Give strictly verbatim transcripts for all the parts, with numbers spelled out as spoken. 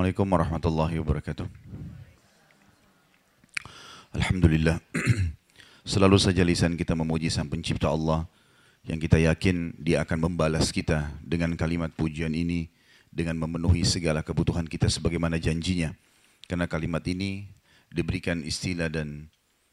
Assalamualaikum warahmatullahi wabarakatuh. Alhamdulillah. Selalu saja lisan kita memuji Sang Pencipta Allah yang kita yakin Dia akan membalas kita dengan kalimat pujian ini dengan memenuhi segala kebutuhan kita sebagaimana janjinya. Karena kalimat ini diberikan istilah dan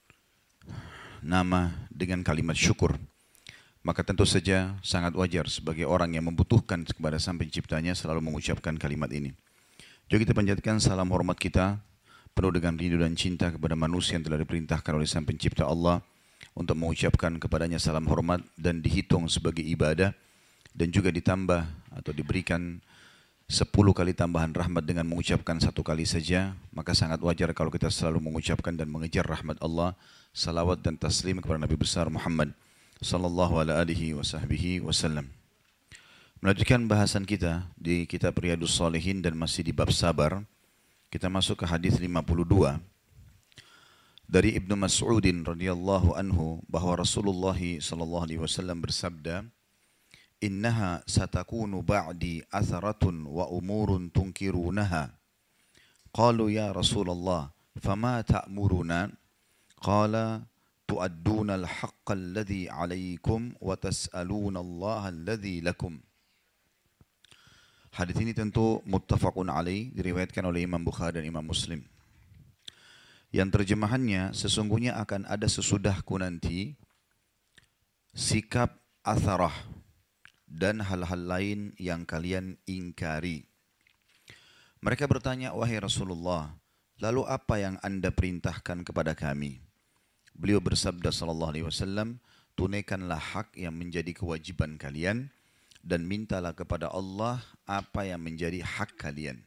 nama dengan kalimat syukur. Maka tentu saja sangat wajar sebagai orang yang membutuhkan kepada Sang Penciptanya selalu mengucapkan kalimat ini. Juga kita panjatkan salam hormat kita penuh dengan rindu dan cinta kepada manusia yang telah diperintahkan oleh Sang Pencipta Allah untuk mengucapkan kepadanya salam hormat dan dihitung sebagai ibadah dan juga ditambah atau diberikan sepuluh kali tambahan rahmat dengan mengucapkan satu kali saja, maka sangat wajar kalau kita selalu mengucapkan dan mengejar rahmat Allah, salawat dan taslim kepada Nabi besar Muhammad sallallahu alaihi wasallam. Melanjutkan bahasan kita di kitab Riyadhus Shalihin dan masih di bab sabar. Kita masuk ke hadis lima puluh dua dari Ibnu Mas'udin radhiyallahu anhu bahwa Rasulullah sallallahu alaihi wasallam bersabda, "Innaha satakunu ba'di atharatun wa umurun tunkirunaha." Qalu ya Rasulullah, "Fama ta'muruna?" Qala, "Tu'adduna al-haqqa alladhi 'alaykum wa tas'aluna Allah alladhi lakum." Hadis ini tentu muttafaqun alaih, diriwayatkan oleh Imam Bukhari dan Imam Muslim. Yang terjemahannya, sesungguhnya akan ada sesudahku nanti sikap atharah dan hal-hal lain yang kalian ingkari. Mereka bertanya, "Wahai Rasulullah, lalu apa yang Anda perintahkan kepada kami?" Beliau bersabda sallallahu alaihi wasallam, "Tunaikanlah hak yang menjadi kewajiban kalian dan mintalah kepada Allah apa yang menjadi hak kalian."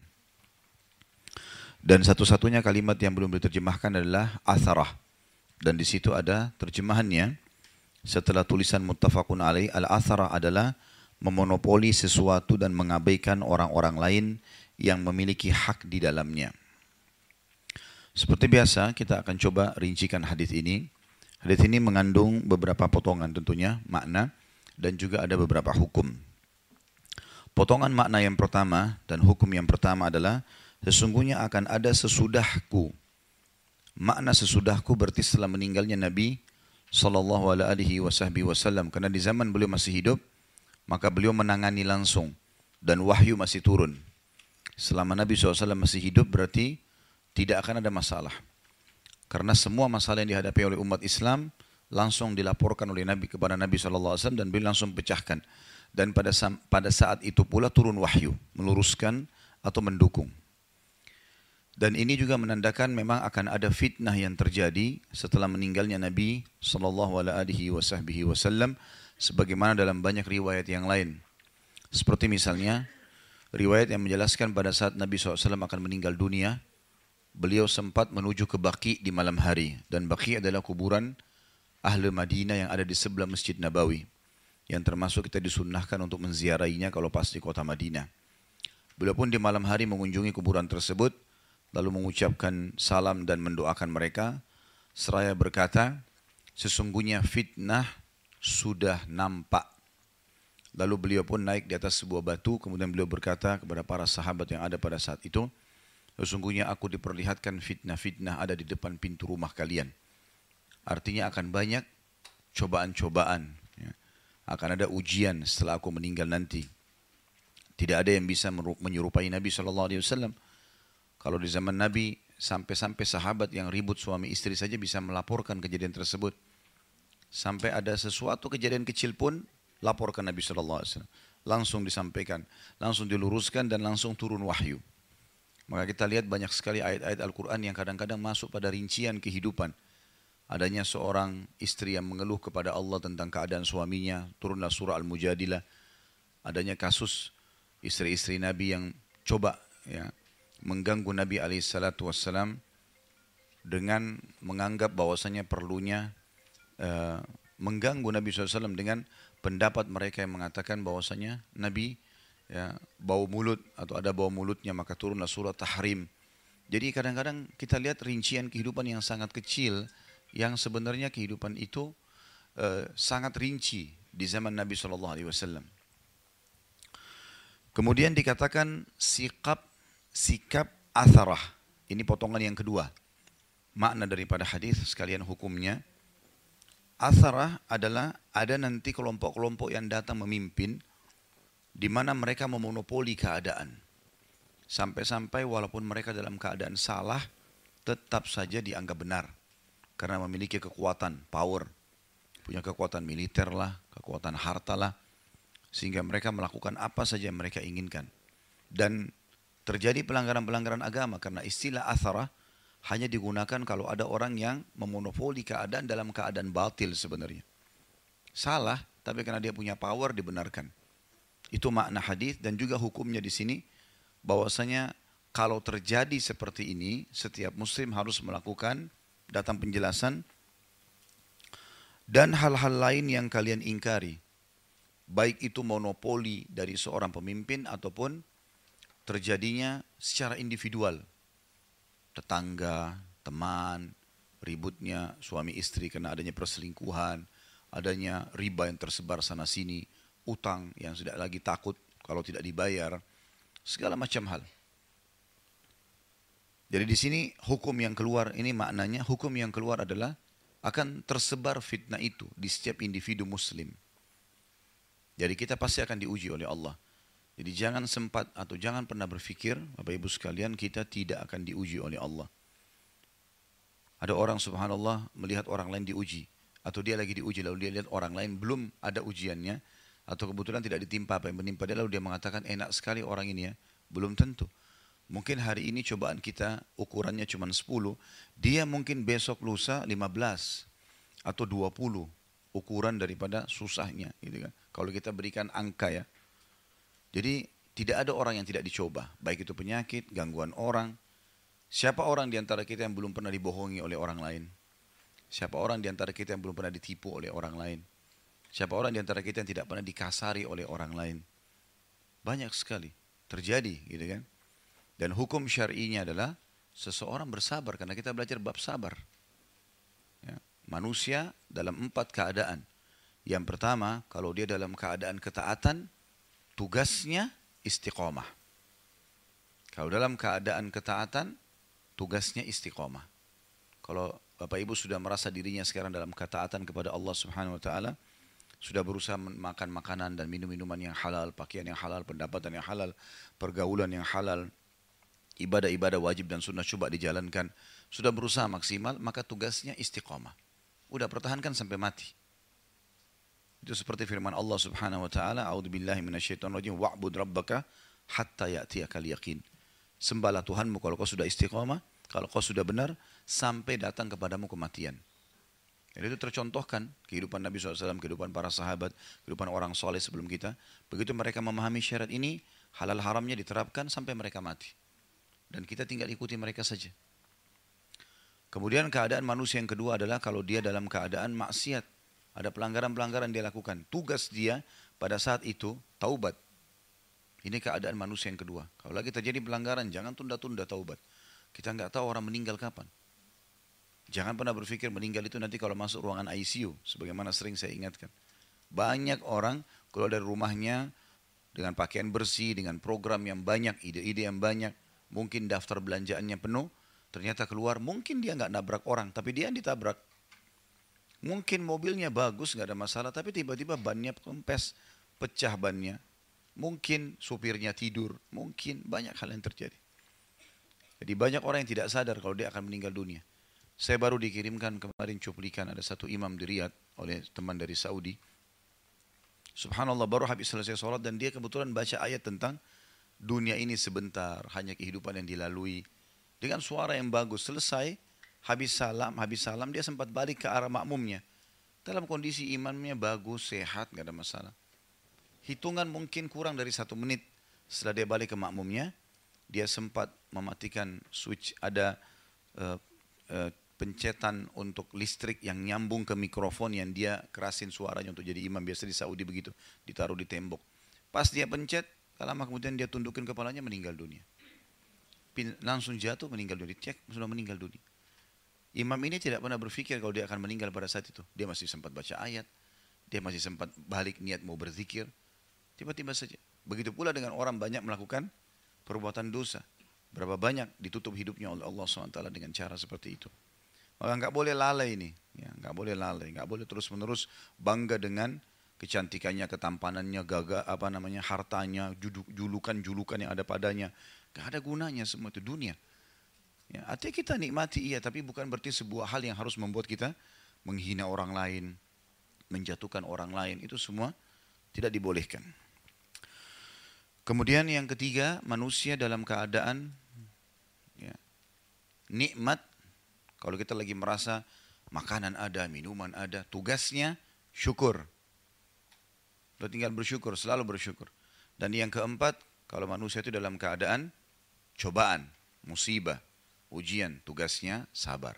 Dan satu-satunya kalimat yang belum diterjemahkan adalah atharah. Dan di situ ada terjemahannya. Setelah tulisan muttafaqun alaih, al-atharah adalah memonopoli sesuatu dan mengabaikan orang-orang lain yang memiliki hak di dalamnya. Seperti biasa, kita akan coba rincikan hadis ini. Hadis ini mengandung beberapa potongan tentunya, makna, dan juga ada beberapa hukum. Potongan makna yang pertama dan hukum yang pertama adalah sesungguhnya akan ada sesudahku. Makna sesudahku berarti setelah meninggalnya Nabi sallallahu alaihi wasallam, karena di zaman beliau masih hidup, maka beliau menangani langsung dan wahyu masih turun. Selama Nabi shallallahu alaihi wasallam masih hidup berarti tidak akan ada masalah. Karena semua masalah yang dihadapi oleh umat Islam langsung dilaporkan oleh Nabi kepada Nabi shallallahu alaihi wasallam dan beliau langsung pecahkan. Dan pada pada saat itu pula turun wahyu, meluruskan atau mendukung. Dan ini juga menandakan memang akan ada fitnah yang terjadi setelah meninggalnya Nabi shallallahu alaihi wasallam, sebagaimana dalam banyak riwayat yang lain. Seperti misalnya riwayat yang menjelaskan pada saat Nabi shallallahu alaihi wasallam akan meninggal dunia, beliau sempat menuju ke Baqi di malam hari. Dan Baqi adalah kuburan ahli Madinah yang ada di sebelah Masjid Nabawi, yang termasuk kita disunnahkan untuk menziarahinya kalau pas di kota Madinah. Beliau pun di malam hari mengunjungi kuburan tersebut, lalu mengucapkan salam dan mendoakan mereka, seraya berkata, "Sesungguhnya fitnah sudah nampak." Lalu beliau pun naik di atas sebuah batu, kemudian beliau berkata kepada para sahabat yang ada pada saat itu, "Sesungguhnya aku diperlihatkan fitnah-fitnah ada di depan pintu rumah kalian." Artinya akan banyak cobaan-cobaan. Akan ada ujian setelah aku meninggal nanti. Tidak ada yang bisa menyerupai Nabi shallallahu alaihi wasallam. Kalau di zaman Nabi, sampai-sampai sahabat yang ribut suami istri saja bisa melaporkan kejadian tersebut. Sampai ada sesuatu kejadian kecil pun, laporkan Nabi shallallahu alaihi wasallam. Langsung disampaikan, langsung diluruskan dan langsung turun wahyu. Maka kita lihat banyak sekali ayat-ayat Al-Quran yang kadang-kadang masuk pada rincian kehidupan. Adanya seorang istri yang mengeluh kepada Allah tentang keadaan suaminya, turunlah surah Al-Mujadilah. Adanya kasus istri-istri Nabi yang coba ya, mengganggu Nabi alaihi salatu wassalam dengan menganggap bahwasanya perlunya uh, mengganggu Nabi shallallahu alaihi wasallam dengan pendapat mereka yang mengatakan bahwasanya Nabi ya, bau mulut atau ada bau mulutnya, maka turunlah surah Tahrim. Jadi kadang-kadang kita lihat rincian kehidupan yang sangat kecil, yang sebenarnya kehidupan itu uh, sangat rinci di zaman Nabi shallallahu alaihi wasallam. Kemudian dikatakan sikap sikap atharah. Ini potongan yang kedua. Makna daripada hadis sekalian hukumnya. Atharah adalah ada nanti kelompok-kelompok yang datang memimpin di mana mereka memonopoli keadaan. Sampai-sampai walaupun mereka dalam keadaan salah, tetap saja dianggap benar. Karena memiliki kekuatan, power. Punya kekuatan militer lah, kekuatan harta lah. Sehingga mereka melakukan apa saja yang mereka inginkan. Dan terjadi pelanggaran-pelanggaran agama karena istilah atharah hanya digunakan kalau ada orang yang memonopoli keadaan dalam keadaan batil sebenarnya. Salah, tapi karena dia punya power dibenarkan. Itu makna hadis dan juga hukumnya di sini bahwasanya kalau terjadi seperti ini, setiap muslim harus melakukan datang penjelasan dan hal-hal lain yang kalian ingkari. Baik itu monopoli dari seorang pemimpin ataupun terjadinya secara individual. Tetangga, teman, ributnya suami istri karena adanya perselingkuhan, adanya riba yang tersebar sana sini, utang yang sudah lagi takut kalau tidak dibayar, segala macam hal. Jadi di sini hukum yang keluar ini maknanya hukum yang keluar adalah akan tersebar fitnah itu di setiap individu muslim. Jadi kita pasti akan diuji oleh Allah. Jadi jangan sempat atau jangan pernah berpikir, Bapak Ibu sekalian, kita tidak akan diuji oleh Allah. Ada orang subhanallah melihat orang lain diuji. Atau dia lagi diuji lalu dia lihat orang lain belum ada ujiannya. Atau kebetulan tidak ditimpa apa yang menimpa dia lalu dia mengatakan enak sekali orang ini ya. Belum tentu. Mungkin hari ini cobaan kita ukurannya cuma sepuluh. Dia mungkin besok lusa lima belas atau dua puluh. Ukuran daripada susahnya. Gitu kan. Kalau kita berikan angka ya. Jadi tidak ada orang yang tidak dicoba. Baik itu penyakit, gangguan orang. Siapa orang di antara kita yang belum pernah dibohongi oleh orang lain? Siapa orang di antara kita yang belum pernah ditipu oleh orang lain? Siapa orang di antara kita yang tidak pernah dikasari oleh orang lain? Banyak sekali terjadi gitu kan. Dan hukum syar'inya adalah seseorang bersabar karena kita belajar bab sabar. Ya. Manusia dalam empat keadaan. Yang pertama, kalau dia dalam keadaan ketaatan, tugasnya istiqomah. Kalau dalam keadaan ketaatan, tugasnya istiqomah. Kalau Bapak Ibu sudah merasa dirinya sekarang dalam ketaatan kepada Allah Subhanahu wa taala, sudah berusaha makan makanan dan minum minuman yang halal, pakaian yang halal, pendapatan yang halal, pergaulan yang halal, ibadah-ibadah wajib dan sunnah coba dijalankan, sudah berusaha maksimal, maka tugasnya istiqomah. Udah pertahankan sampai mati. Itu seperti firman Allah Subhanahu wa taala, "A'udzubillahi minasyaitonirrajim, wa'bud rabbaka hatta ya'tiyakal yaqin." Sembahlah Tuhanmu kalau kau sudah istiqomah, kalau kau sudah benar, sampai datang kepadamu kematian. Jadi itu tercontohkan kehidupan Nabi shallallahu alaihi wasallam, kehidupan para sahabat, kehidupan orang soleh sebelum kita. Begitu mereka memahami syarat ini, halal haramnya diterapkan sampai mereka mati. Dan kita tinggal ikuti mereka saja. Kemudian keadaan manusia yang kedua adalah kalau dia dalam keadaan maksiat. Ada pelanggaran-pelanggaran dia lakukan. Tugas dia pada saat itu, taubat. Ini keadaan manusia yang kedua. Kalau lagi terjadi pelanggaran, jangan tunda-tunda taubat. Kita nggak tahu orang meninggal kapan. Jangan pernah berpikir meninggal itu nanti kalau masuk ruangan I C U. Sebagaimana sering saya ingatkan. Banyak orang keluar dari rumahnya dengan pakaian bersih, dengan program yang banyak, ide-ide yang banyak. Mungkin daftar belanjaannya penuh. Ternyata keluar, mungkin dia nggak nabrak orang, tapi dia yang ditabrak. Mungkin mobilnya bagus, nggak ada masalah, tapi tiba-tiba bannya kempes, pecah bannya. Mungkin supirnya tidur, mungkin banyak hal yang terjadi. Jadi banyak orang yang tidak sadar kalau dia akan meninggal dunia. Saya baru dikirimkan kemarin cuplikan ada satu imam di Riyadh oleh teman dari Saudi. Subhanallah baru habis selesai sholat dan dia kebetulan baca ayat tentang dunia ini sebentar, hanya kehidupan yang dilalui. Dengan suara yang bagus, selesai, habis salam, habis salam dia sempat balik ke arah makmumnya. Dalam kondisi imannya bagus, sehat, nggak ada masalah. Hitungan mungkin kurang dari satu menit setelah dia balik ke makmumnya, dia sempat mematikan switch, ada uh, uh, pencetan untuk listrik yang nyambung ke mikrofon yang dia kerasin suaranya untuk jadi imam. Biasa di Saudi begitu, ditaruh di tembok. Pas dia pencet, lama kemudian dia tundukin kepalanya, meninggal dunia. Langsung jatuh, meninggal dunia. Cek, sudah meninggal dunia. Imam ini tidak pernah berpikir kalau dia akan meninggal pada saat itu. Dia masih sempat baca ayat. Dia masih sempat balik niat mau berzikir. Tiba-tiba saja. Begitu pula dengan orang banyak melakukan perbuatan dosa. Berapa banyak ditutup hidupnya oleh Allah subhanahu wa taala dengan cara seperti itu. Maka nggak boleh lalai ini, ya, nggak boleh lalai, nggak boleh terus menerus bangga dengan kecantikannya, ketampanannya, gagah, apa namanya, hartanya, julukan-julukan yang ada padanya. Nggak ada gunanya semua itu dunia. Ya, artinya kita nikmati iya, tapi bukan berarti sebuah hal yang harus membuat kita menghina orang lain, menjatuhkan orang lain. Itu semua tidak dibolehkan. Kemudian yang ketiga, manusia dalam keadaan ya, nikmat. Kalau kita lagi merasa makanan ada, minuman ada, tugasnya syukur. Kita tinggal bersyukur, selalu bersyukur. Dan yang keempat, kalau manusia itu dalam keadaan cobaan, musibah, ujian, tugasnya sabar.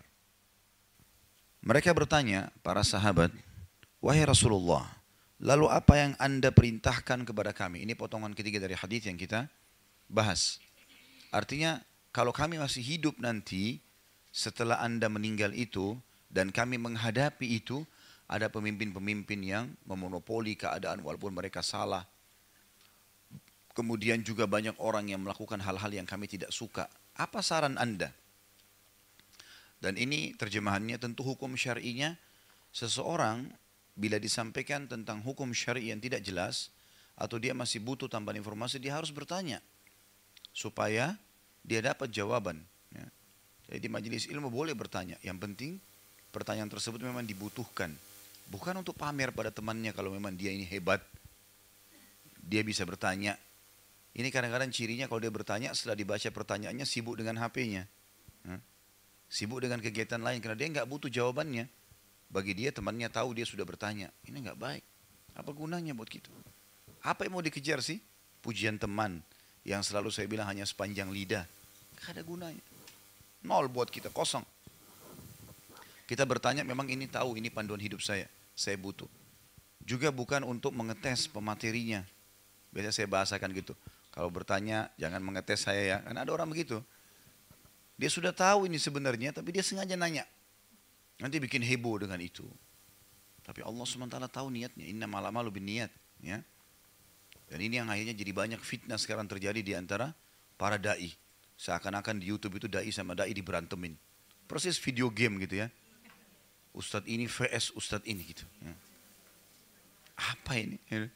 Mereka bertanya, para sahabat, wahai Rasulullah, lalu apa yang anda perintahkan kepada kami? Ini potongan ketiga dari hadis yang kita bahas. Artinya, kalau kami masih hidup nanti, setelah anda meninggal itu, dan kami menghadapi itu, ada pemimpin-pemimpin yang memonopoli keadaan walaupun mereka salah. Kemudian juga banyak orang yang melakukan hal-hal yang kami tidak suka. Apa saran anda? Dan ini terjemahannya tentu hukum syar'inya, seseorang bila disampaikan tentang hukum syar'i yang tidak jelas, atau dia masih butuh tambahan informasi, dia harus bertanya. Supaya dia dapat jawaban. Ya. Jadi di majelis ilmu boleh bertanya. Yang penting pertanyaan tersebut memang dibutuhkan. Bukan untuk pamer pada temannya kalau memang dia ini hebat. Dia bisa bertanya. Ini kadang-kadang cirinya kalau dia bertanya setelah dibaca pertanyaannya sibuk dengan H P-nya. Ya. Sibuk dengan kegiatan lain karena dia nggak butuh jawabannya. Bagi dia temannya tahu dia sudah bertanya. Ini nggak baik. Apa gunanya buat kita? Apa yang mau dikejar sih? Pujian teman yang selalu saya bilang hanya sepanjang lidah. Nggak ada gunanya. Nol buat kita, kosong. Kita bertanya memang ini tahu, ini panduan hidup saya. Saya butuh. Juga bukan untuk mengetes pematerinya. Biasa saya bahasakan gitu. Kalau bertanya jangan mengetes saya ya. Karena ada orang begitu. Dia sudah tahu ini sebenarnya tapi dia sengaja nanya. Nanti bikin heboh dengan itu. Tapi Allah subhanahu wa taala tahu niatnya. Innamal a'malu binniyat. Ya. Dan ini yang akhirnya jadi banyak fitnah sekarang terjadi di antara para da'i. Seakan-akan di YouTube itu da'i sama da'i diberantemin. Persis video game gitu ya. Ustadz ini vs Ustadz ini gitu. Ya. Apa ini? Ya.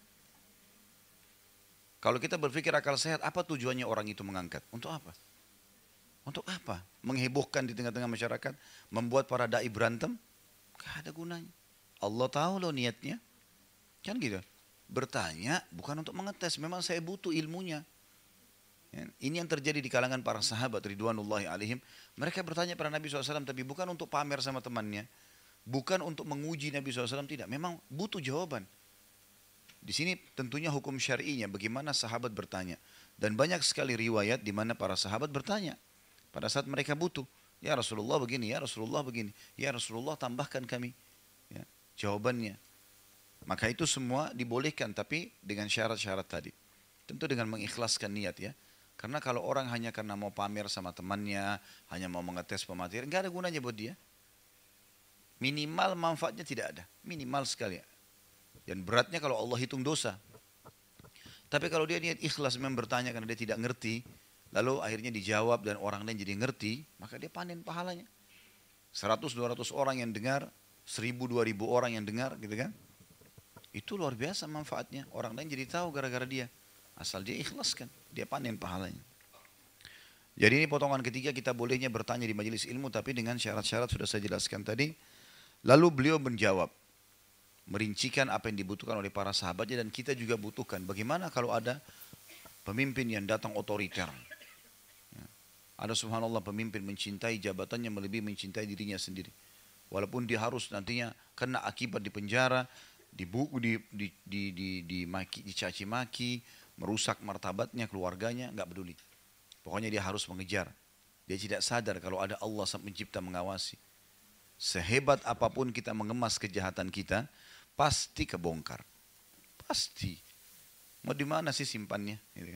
Kalau kita berpikir akal sehat, apa tujuannya orang itu mengangkat? Untuk apa? Untuk apa? Menghebohkan di tengah-tengah masyarakat? Membuat para da'i berantem? Gak ada gunanya. Allah tahu loh niatnya. Kan gitu. Bertanya bukan untuk mengetes. Memang saya butuh ilmunya. Ya, ini yang terjadi di kalangan para sahabat ridwanullahi alaihim. Mereka bertanya pada Nabi shallallahu alaihi wasallam tapi bukan untuk pamer sama temannya. Bukan untuk menguji Nabi shallallahu alaihi wasallam, tidak. Memang butuh jawaban. Di sini tentunya hukum syar'inya bagaimana sahabat bertanya. Dan banyak sekali riwayat di mana para sahabat bertanya. Pada saat mereka butuh. Ya Rasulullah begini, ya Rasulullah begini. Ya Rasulullah tambahkan kami. Ya, jawabannya. Maka itu semua dibolehkan tapi dengan syarat-syarat tadi. Tentu dengan mengikhlaskan niat ya. Karena kalau orang hanya karena mau pamer sama temannya, hanya mau mengetes pemateri, nggak ada gunanya buat dia. Minimal manfaatnya tidak ada, minimal sekali. Dan beratnya kalau Allah hitung dosa. Tapi kalau dia niat ikhlas memang bertanya karena dia tidak ngerti, lalu akhirnya dijawab dan orang lain jadi ngerti, maka dia panen pahalanya. seratus dua ratus orang yang dengar, seribu dua ribu orang yang dengar, gitu kan? Itu luar biasa manfaatnya. Orang lain jadi tahu gara-gara dia. Asal dia ikhlaskan, dia panen pahalanya. Jadi ini potongan ketiga kita bolehnya bertanya di majelis ilmu tapi dengan syarat-syarat sudah saya jelaskan tadi. Lalu beliau menjawab, merincikan apa yang dibutuhkan oleh para sahabatnya dan kita juga butuhkan. Bagaimana kalau ada pemimpin yang datang otoriter? Ya. Ada subhanallah pemimpin mencintai jabatannya melebihi mencintai dirinya sendiri. Walaupun dia harus nantinya kena akibat di penjara, dibuku, di, di, di, di, di, maki, dicaci maki, merusak martabatnya, keluarganya, nggak peduli. Pokoknya dia harus mengejar. Dia tidak sadar kalau ada Allah sang pencipta mengawasi. Sehebat apapun kita mengemas kejahatan kita, pasti kebongkar. Pasti. Mau di mana sih simpannya?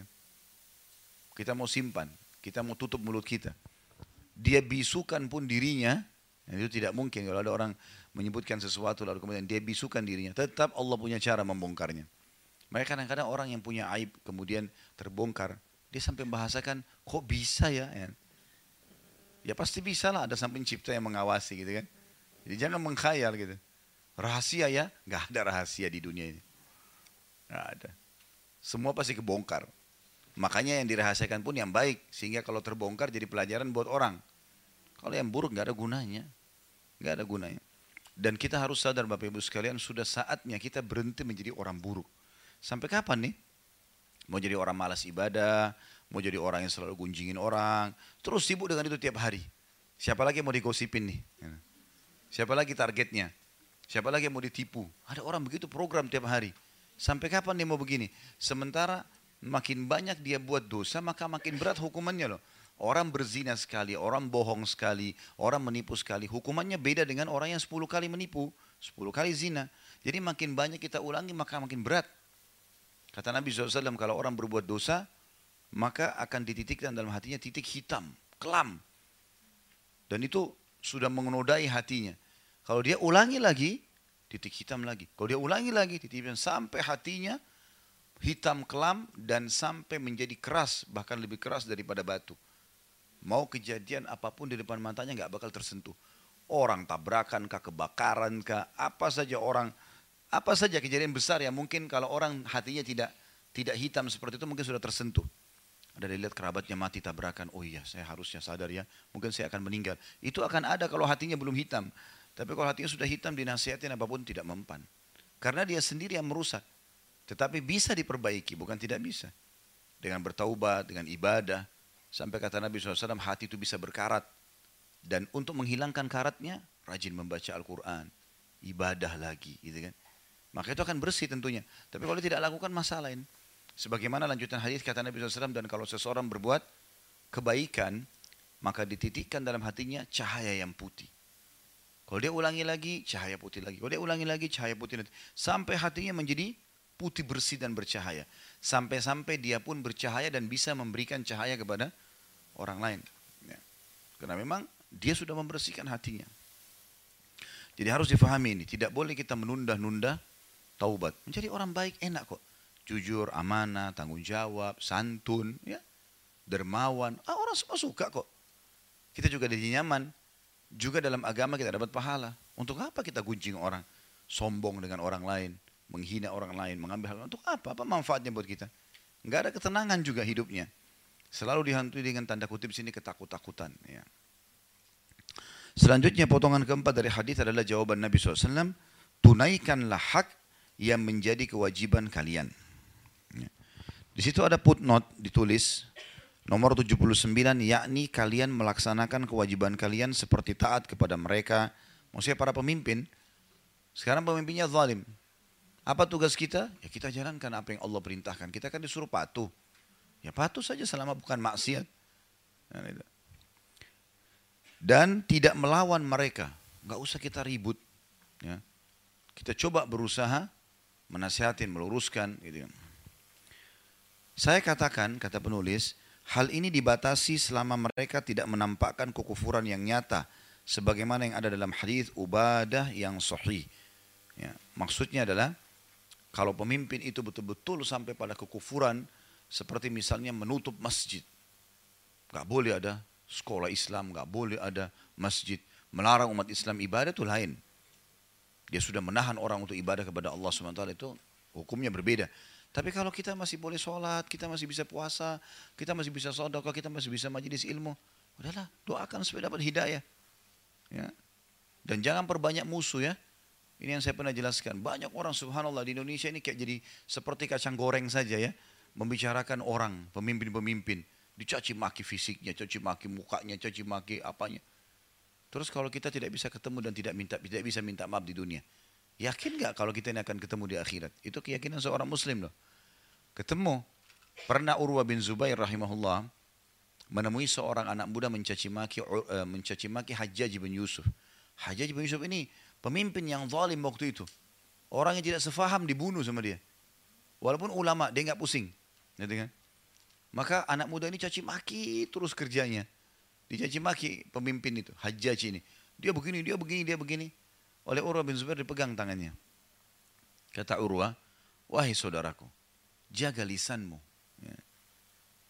Kita mau simpan, kita mau tutup mulut kita. Dia bisukan pun dirinya, itu tidak mungkin kalau ada orang menyebutkan sesuatu lalu kemudian dia bisukan dirinya. Tetap Allah punya cara membongkarnya. Mereka kadang-kadang orang yang punya aib kemudian terbongkar. Dia sampai membahasakan, kok bisa ya? Ya, ya pasti bisa lah, ada sang pencipta yang mengawasi gitu kan. Jadi jangan mengkhayal gitu. Rahasia ya? Nggak ada rahasia di dunia ini. Nggak ada. Semua pasti kebongkar. Makanya yang dirahasiakan pun yang baik. Sehingga kalau terbongkar jadi pelajaran buat orang. Kalau yang buruk nggak ada gunanya. Nggak ada gunanya. Dan kita harus sadar Bapak Ibu sekalian, sudah saatnya kita berhenti menjadi orang buruk. Sampai kapan nih? Mau jadi orang malas ibadah, mau jadi orang yang selalu gunjingin orang, terus sibuk dengan itu tiap hari. Siapa lagi yang mau digosipin nih? Siapa lagi targetnya? Siapa lagi yang mau ditipu? Ada orang begitu program tiap hari. Sampai kapan dia mau begini? Sementara makin banyak dia buat dosa, maka makin berat hukumannya loh. Orang berzina sekali, orang bohong sekali, orang menipu sekali. Hukumannya beda dengan orang yang sepuluh kali menipu, sepuluh kali zina. Jadi makin banyak kita ulangi, maka makin berat. Kata Nabi shallallahu alaihi wasallam, kalau orang berbuat dosa, maka akan dititikkan dalam hatinya titik hitam, kelam. Dan itu sudah mengenodai hatinya. Kalau dia ulangi lagi, titik hitam lagi. Kalau dia ulangi lagi, titik hitam, sampai hatinya hitam kelam dan sampai menjadi keras, bahkan lebih keras daripada batu. Mau kejadian apapun di depan matanya nggak bakal tersentuh. Orang tabrakan kah, kebakaran kah, apa saja orang, apa saja kejadian besar yang mungkin kalau orang hatinya tidak tidak hitam seperti itu mungkin sudah tersentuh. Ada dilihat kerabatnya mati tabrakan, oh iya saya harusnya sadar ya, mungkin saya akan meninggal. Itu akan ada kalau hatinya belum hitam. Tapi kalau hatinya sudah hitam, dinasihatin apapun tidak mempan. Karena dia sendiri yang merusak. Tetapi bisa diperbaiki, bukan tidak bisa. Dengan bertaubat, dengan ibadah. Sampai kata Nabi shallallahu alaihi wasallam, hati itu bisa berkarat. Dan untuk menghilangkan karatnya, rajin membaca Al-Quran. Ibadah lagi, gitu kan. Maka itu akan bersih tentunya. Tapi kalau tidak lakukan, masalah ini. Sebagaimana lanjutan hadis kata Nabi shallallahu alaihi wasallam, dan kalau seseorang berbuat kebaikan, maka dititikkan dalam hatinya cahaya yang putih. Kalau dia ulangi lagi, cahaya putih lagi. Kalau dia ulangi lagi, cahaya putih lagi. Sampai hatinya menjadi putih bersih dan bercahaya. Sampai-sampai dia pun bercahaya dan bisa memberikan cahaya kepada orang lain. Ya. Karena memang dia sudah membersihkan hatinya. Jadi harus difahami ini. Tidak boleh kita menunda-nunda taubat. Menjadi orang baik enak kok. Jujur, amanah, tanggung jawab, santun, ya, dermawan. Ah, orang semua suka kok. Kita juga jadi nyaman. Juga dalam agama kita dapat pahala. Untuk apa kita gunjing orang? Sombong dengan orang lain. Menghina orang lain. Mengambil hal. Untuk apa? Apa manfaatnya buat kita? Enggak ada ketenangan juga hidupnya. Selalu dihantui dengan tanda kutip sini ketakut-takutan. Ya. Selanjutnya potongan keempat dari hadis adalah jawaban Nabi shallallahu alaihi wasallam. Tunaikanlah hak yang menjadi kewajiban kalian. Ya. Di situ ada footnote ditulis. Nomor tujuh puluh sembilan, yakni kalian melaksanakan kewajiban kalian seperti taat kepada mereka. Maksudnya para pemimpin. Sekarang pemimpinnya zalim. Apa tugas kita? Ya kita jalankan apa yang Allah perintahkan. Kita kan disuruh patuh. Ya patuh saja selama bukan maksiat. Dan tidak melawan mereka. Gak usah kita ribut. Ya. Kita coba berusaha menasihatin, meluruskan. Gitu. Saya katakan, kata penulis, hal ini dibatasi selama mereka tidak menampakkan kekufuran yang nyata, sebagaimana yang ada dalam hadis Ubadah yang sahih. Ya, maksudnya adalah kalau pemimpin itu betul-betul sampai pada kekufuran, seperti misalnya menutup masjid, nggak boleh ada sekolah Islam, nggak boleh ada masjid, melarang umat Islam ibadah itu lain. Dia sudah menahan orang untuk ibadah kepada Allah subhanahu wa taala, itu hukumnya berbeda. Tapi kalau kita masih boleh sholat, kita masih bisa puasa, kita masih bisa sedekah, kita masih bisa majelis ilmu, udahlah doakan supaya dapat hidayah. Ya. Dan jangan perbanyak musuh ya. Ini yang saya pernah jelaskan. Banyak orang subhanallah di Indonesia ini kayak jadi seperti kacang goreng saja ya. Membicarakan orang, pemimpin-pemimpin. Dicaci maki fisiknya, caci maki mukanya, caci maki apanya. Terus kalau kita tidak bisa ketemu dan tidak minta, tidak bisa minta maaf di dunia. Yakin gak kalau kita ini akan ketemu di akhirat? Itu keyakinan seorang muslim loh. Ketemu. Pernah Urwah bin Zubair rahimahullah menemui seorang anak muda mencaci maki, uh, mencaci maki Hajjaj bin Yusuf. Hajjaj bin Yusuf ini pemimpin yang zalim waktu itu. Orang yang tidak sefaham dibunuh sama dia. Walaupun ulama, dia nggak pusing. Gitu kan? Maka anak muda ini caci maki terus kerjanya. Dicaci maki pemimpin itu, Hajjaj ini. Dia begini, dia begini, dia begini. Oleh Urwah bin Zubair dipegang tangannya. Kata Urwah, wahai saudaraku, jaga lisanmu. Ya.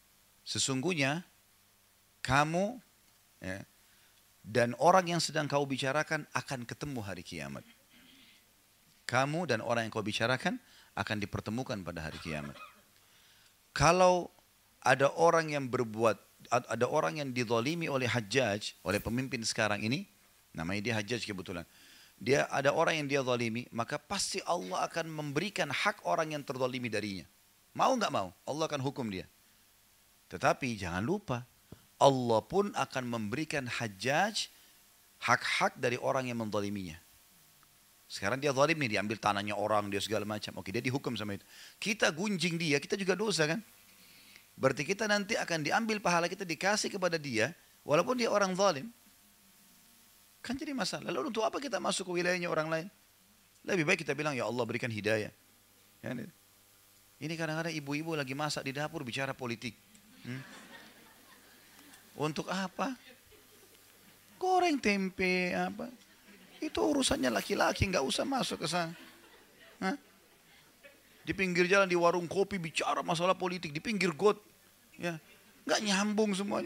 Sesungguhnya kamu ya, dan orang yang sedang kau bicarakan akan ketemu hari kiamat. Kamu dan orang yang kau bicarakan akan dipertemukan pada hari kiamat. Kalau ada orang yang berbuat, ada orang yang dizalimi oleh Hajjaj, oleh pemimpin sekarang ini, namanya dia Hajjaj kebetulan. Dia ada orang yang dia zalimi, maka pasti Allah akan memberikan hak orang yang terzalimi darinya. Mau nggak mau, Allah akan hukum dia. Tetapi jangan lupa, Allah pun akan memberikan Hajjaj hak-hak dari orang yang menzaliminya. Sekarang dia zalim nih, diambil tanahnya orang, dia segala macam. Oke, dia dihukum sama itu. Kita gunjing dia, kita juga dosa kan? Berarti kita nanti akan diambil pahala kita, dikasih kepada dia, walaupun dia orang zalim. Kan jadi masalah. Lalu untuk apa kita masuk ke wilayahnya orang lain? Lebih baik kita bilang, ya Allah berikan hidayah. Ya, ini kadang-kadang ibu-ibu lagi masak di dapur bicara politik. Hmm? Untuk apa? Goreng tempe apa? Itu urusannya laki-laki, nggak usah masuk ke sana. Hah? Di pinggir jalan, di warung kopi bicara masalah politik, di pinggir got, ya nggak nyambung semuanya.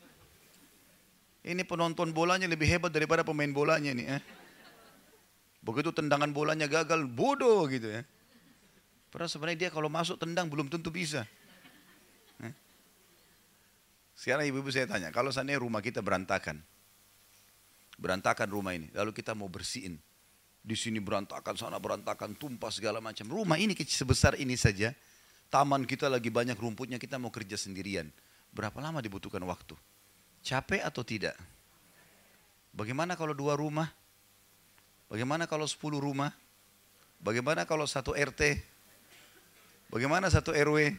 Ini penonton bolanya lebih hebat daripada pemain bolanya nih. Eh. Begitu tendangan bolanya gagal, bodoh gitu ya. Padahal sebenarnya dia kalau masuk tendang belum tentu bisa. Eh. Sekarang ibu-ibu saya tanya, kalau seandainya rumah kita berantakan, berantakan rumah ini, lalu kita mau bersihin, di sini berantakan, sana berantakan, tumpah segala macam. Rumah ini sebesar ini saja, taman kita lagi banyak rumputnya, kita mau kerja sendirian. Berapa lama dibutuhkan waktu? Capek atau tidak? Bagaimana kalau dua rumah? Bagaimana kalau sepuluh rumah? Bagaimana kalau satu R T? Bagaimana satu R W?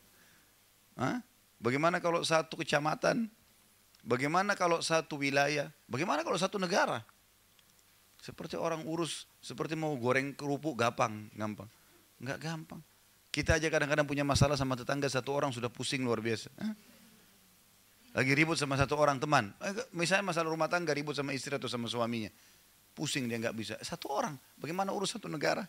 Hah? Bagaimana kalau satu kecamatan? Bagaimana kalau satu wilayah? Bagaimana kalau satu negara? Seperti orang urus, seperti mau goreng kerupuk gampang, gampang. Enggak gampang. Kita aja kadang-kadang punya masalah sama tetangga satu orang sudah pusing luar biasa. Hah? Lagi ribut sama satu orang teman. Misalnya masalah rumah tangga, ribut sama istri atau sama suaminya. Pusing dia nggak bisa. Satu orang, bagaimana urus satu negara?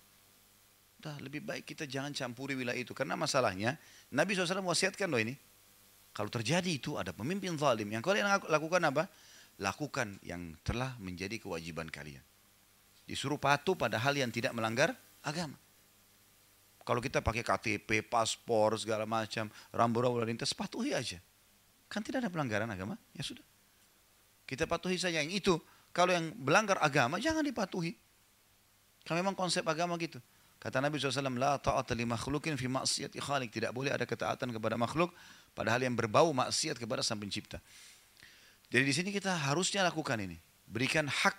Dah lebih baik kita jangan campuri wilayah itu. Karena masalahnya, Nabi shallallahu alaihi wasallam wasiatkan loh ini. Kalau terjadi itu ada pemimpin zalim, yang kalian lakukan apa? Lakukan yang telah menjadi kewajiban kalian. Disuruh patuh pada hal yang tidak melanggar agama. Kalau kita pakai K T P, paspor, segala macam, rambu-rambu lalu lintas, patuhi aja. Kan tidak ada pelanggaran agama, ya sudah. Kita patuhi saja yang itu. Kalau yang melanggar agama, jangan dipatuhi. Karena memang konsep agama gitu. Kata Nabi shallallahu alaihi wasallam, la ta'ata li makhlukin fi maksiyati khaliq. Tidak boleh ada ketaatan kepada makhluk, padahal yang berbau maksiat kepada sang pencipta. Jadi di sini kita harusnya lakukan ini. Berikan hak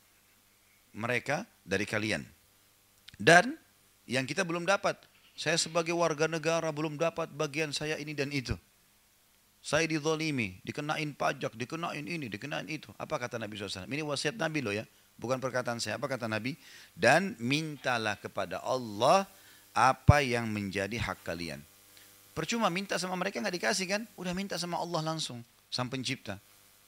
mereka dari kalian. Dan yang kita belum dapat. Saya sebagai warga negara belum dapat bagian saya ini dan itu. Saya dizalimi, dikenain pajak, dikenain ini, dikenain itu. Apa kata Nabi shallallahu alaihi wasallam? Ini wasiat Nabi loh ya. Bukan perkataan saya. Apa kata Nabi? Dan mintalah kepada Allah apa yang menjadi hak kalian. Percuma minta sama mereka nggak dikasih kan? Udah minta sama Allah langsung, sang pencipta.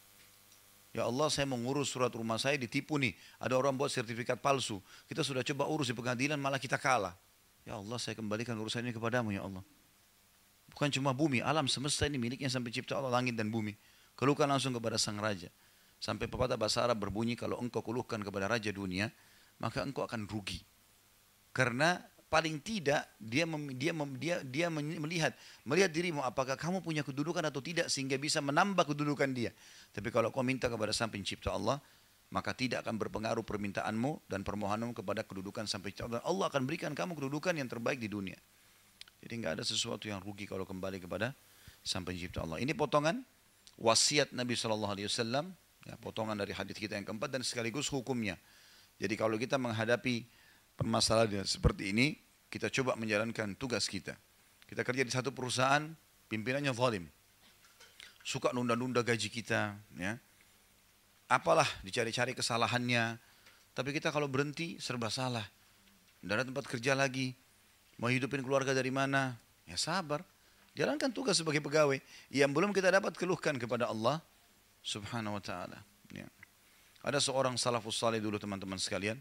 Ya Allah, saya mau ngurus surat rumah saya ditipu nih. Ada orang buat sertifikat palsu. Kita sudah coba urus di pengadilan malah kita kalah. Ya Allah, saya kembalikan urusan ini kepadamu ya Allah. Bukan cuma bumi, alam semesta ini miliknya sang pencipta Allah, langit dan bumi. Keluhkan langsung kepada sang raja. Sampai pepatah bahasa Arab berbunyi, kalau engkau keluhkan kepada raja dunia, maka engkau akan rugi. Karena paling tidak dia mem, dia mem, dia dia melihat melihat dirimu apakah kamu punya kedudukan atau tidak sehingga bisa menambah kedudukan dia. Tapi kalau kau minta kepada sang pencipta Allah, maka tidak akan berpengaruh permintaanmu dan permohonanmu kepada kedudukan sang pencipta Allah. Allah akan berikan kamu kedudukan yang terbaik di dunia. Jadi enggak ada sesuatu yang rugi kalau kembali kepada sang pencipta Allah. Ini potongan wasiat Nabi shallallahu alaihi wasallam, ya, potongan dari hadis kita yang keempat dan sekaligus hukumnya. Jadi kalau kita menghadapi permasalahan seperti ini, kita coba menjalankan tugas kita. Kita kerja di satu perusahaan, pimpinannya zalim. Suka nunda-nunda gaji kita, ya. Apalah dicari-cari kesalahannya. Tapi kita kalau berhenti serba salah. Tidak ada tempat kerja lagi. Mau hidupin keluarga dari mana? Ya sabar. Jalankan tugas sebagai pegawai. Yang belum kita dapat keluhkan kepada Allah Subhanahu wa ta'ala. Ya. Ada seorang salafus salih dulu teman-teman sekalian.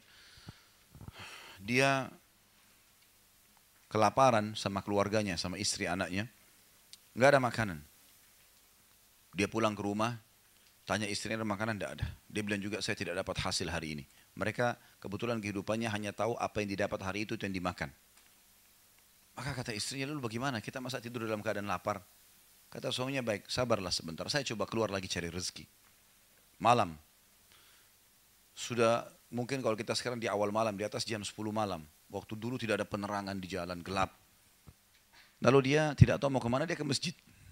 Dia kelaparan sama keluarganya, sama istri anaknya. nggak ada makanan. Dia pulang ke rumah, tanya istrinya ada makanan, tidak ada. Dia bilang juga saya tidak dapat hasil hari ini. Mereka kebetulan kehidupannya hanya tahu apa yang didapat hari itu, itu yang dimakan. Maka kata istrinya, lalu bagaimana? Kita masa tidur dalam keadaan lapar? Kata suaminya, baik, sabarlah sebentar. Saya coba keluar lagi cari rezeki. Malam. Sudah mungkin kalau kita sekarang di awal malam, di atas jam sepuluh malam. Waktu dulu tidak ada penerangan di jalan, gelap. Lalu dia tidak tahu mau kemana, dia ke masjid.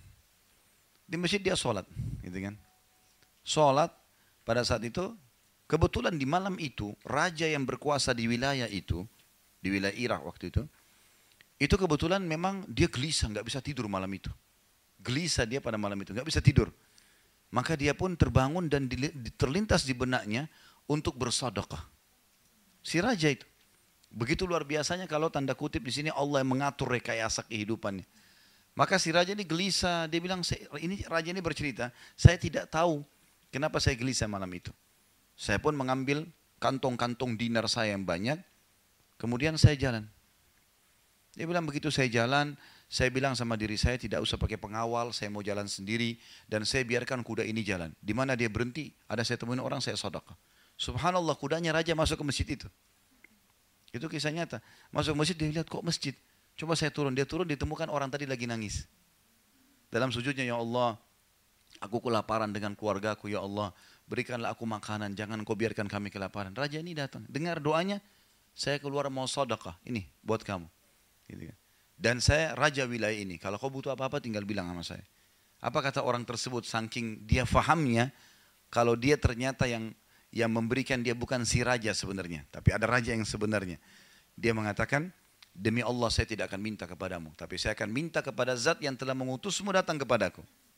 Di masjid dia sholat. Gitu kan. Sholat pada saat itu, kebetulan di malam itu, raja yang berkuasa di wilayah itu, di wilayah Irak waktu itu, itu kebetulan memang dia gelisah, nggak bisa tidur malam itu. Gelisah dia pada malam itu, nggak bisa tidur. Maka dia pun terbangun dan terlintas di benaknya untuk bersedekah. Si raja itu. Begitu luar biasanya kalau tanda kutip di sini Allah yang mengatur rekayasa kehidupannya. Maka si raja ini gelisah, dia bilang, ini raja ini bercerita, saya tidak tahu kenapa saya gelisah malam itu. Saya pun mengambil kantong-kantong dinar saya yang banyak, kemudian saya jalan. Dia bilang begitu saya jalan, saya bilang sama diri saya tidak usah pakai pengawal, saya mau jalan sendiri dan saya biarkan kuda ini jalan. Di mana dia berhenti, ada saya temuin orang, saya sedekah. Subhanallah, kudanya raja masuk ke masjid itu. Itu kisah nyata. Masuk ke masjid, dia lihat kok masjid. Coba saya turun, dia turun ditemukan orang tadi lagi nangis. Dalam sujudnya, ya Allah, aku kelaparan dengan keluargaku, ya Allah, berikanlah aku makanan, jangan kau biarkan kami kelaparan. Raja ini datang, dengar doanya, saya keluar mau sedekah, ini buat kamu. Gitu kan. Dan saya raja wilayah ini, kalau kau butuh apa-apa tinggal bilang sama saya. Apa kata orang tersebut, saking dia fahamnya, kalau dia ternyata yang yang memberikan dia bukan si raja sebenarnya, tapi ada raja yang sebenarnya. Dia mengatakan, demi Allah saya tidak akan minta kepadamu, tapi saya akan minta kepada zat yang telah mengutusmu datang kepadaku.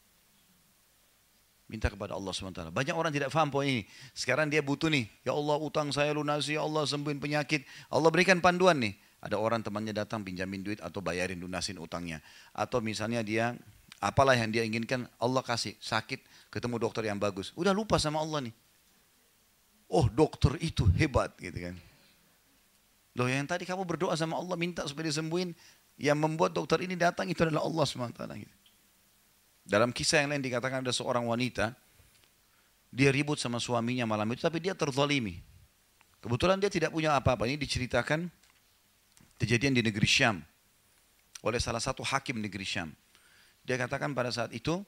Minta kepada Allah subhanahu wa taala. Banyak orang tidak faham poin ini. Sekarang dia butuh nih, ya Allah utang saya lunasi, ya Allah sembuhin penyakit. Allah berikan panduan nih. Ada orang temannya datang pinjamin duit atau bayarin lunasin utangnya. Atau misalnya dia, apalah yang dia inginkan, Allah kasih. Sakit, ketemu dokter yang bagus. Udah lupa sama Allah nih. Oh dokter itu hebat gitu kan. Loh yang tadi kamu berdoa sama Allah minta supaya disembuhin, yang membuat dokter ini datang itu adalah Allah subhanahu wa taala. Gitu. Dalam kisah yang lain dikatakan ada seorang wanita, dia ribut sama suaminya malam itu tapi dia terzalimi. Kebetulan dia tidak punya apa-apa. Ini diceritakan kejadian di negeri Syam oleh salah satu hakim negeri Syam. Dia katakan pada saat itu,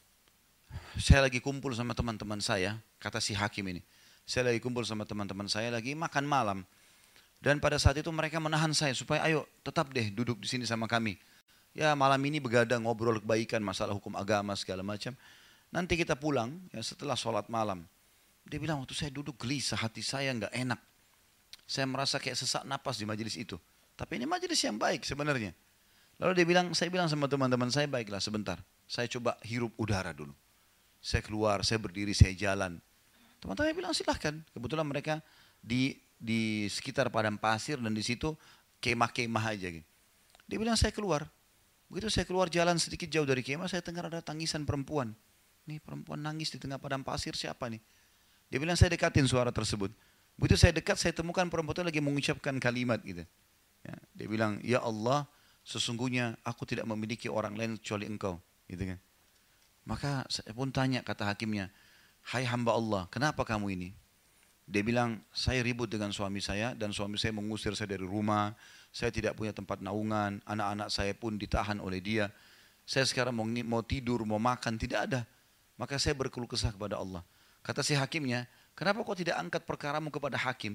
saya lagi kumpul sama teman-teman saya, kata si hakim ini. Saya lagi kumpul sama teman-teman saya lagi makan malam. Dan pada saat itu mereka menahan saya supaya ayo tetap deh duduk di sini sama kami. Ya malam ini begadang ngobrol kebaikan masalah hukum agama segala macam. Nanti kita pulang ya setelah sholat malam. Dia bilang waktu saya duduk gelisah, hati saya nggak enak. Saya merasa kayak sesak napas di majelis itu. Tapi ini majelis yang baik sebenarnya. Lalu dia bilang, saya bilang sama teman-teman saya, baiklah sebentar. Saya coba hirup udara dulu. Saya keluar, saya berdiri, saya jalan. Teman-teman bilang silahkan. Kebetulan mereka di di sekitar padang pasir dan di situ kemah-kemah aja. Gitu. Dia bilang saya keluar. Begitu saya keluar jalan sedikit jauh dari kemah, saya dengar ada tangisan perempuan. Nih perempuan nangis di tengah padang pasir, siapa nih? Dia bilang saya dekatin suara tersebut. Begitu saya dekat, saya temukan perempuan itu lagi mengucapkan kalimat gitu. Ya, dia bilang, ya Allah, sesungguhnya aku tidak memiliki orang lain kecuali engkau. Gitu kan. Maka saya pun tanya, kata hakimnya, hai hamba Allah, kenapa kamu ini? Dia bilang, saya ribut dengan suami saya dan suami saya mengusir saya dari rumah. Saya tidak punya tempat naungan, anak-anak saya pun ditahan oleh dia. Saya sekarang mau, mau tidur, mau makan, tidak ada. Maka saya berkeluh kesah kepada Allah. Kata si hakimnya, kenapa kau tidak angkat perkaramu kepada hakim?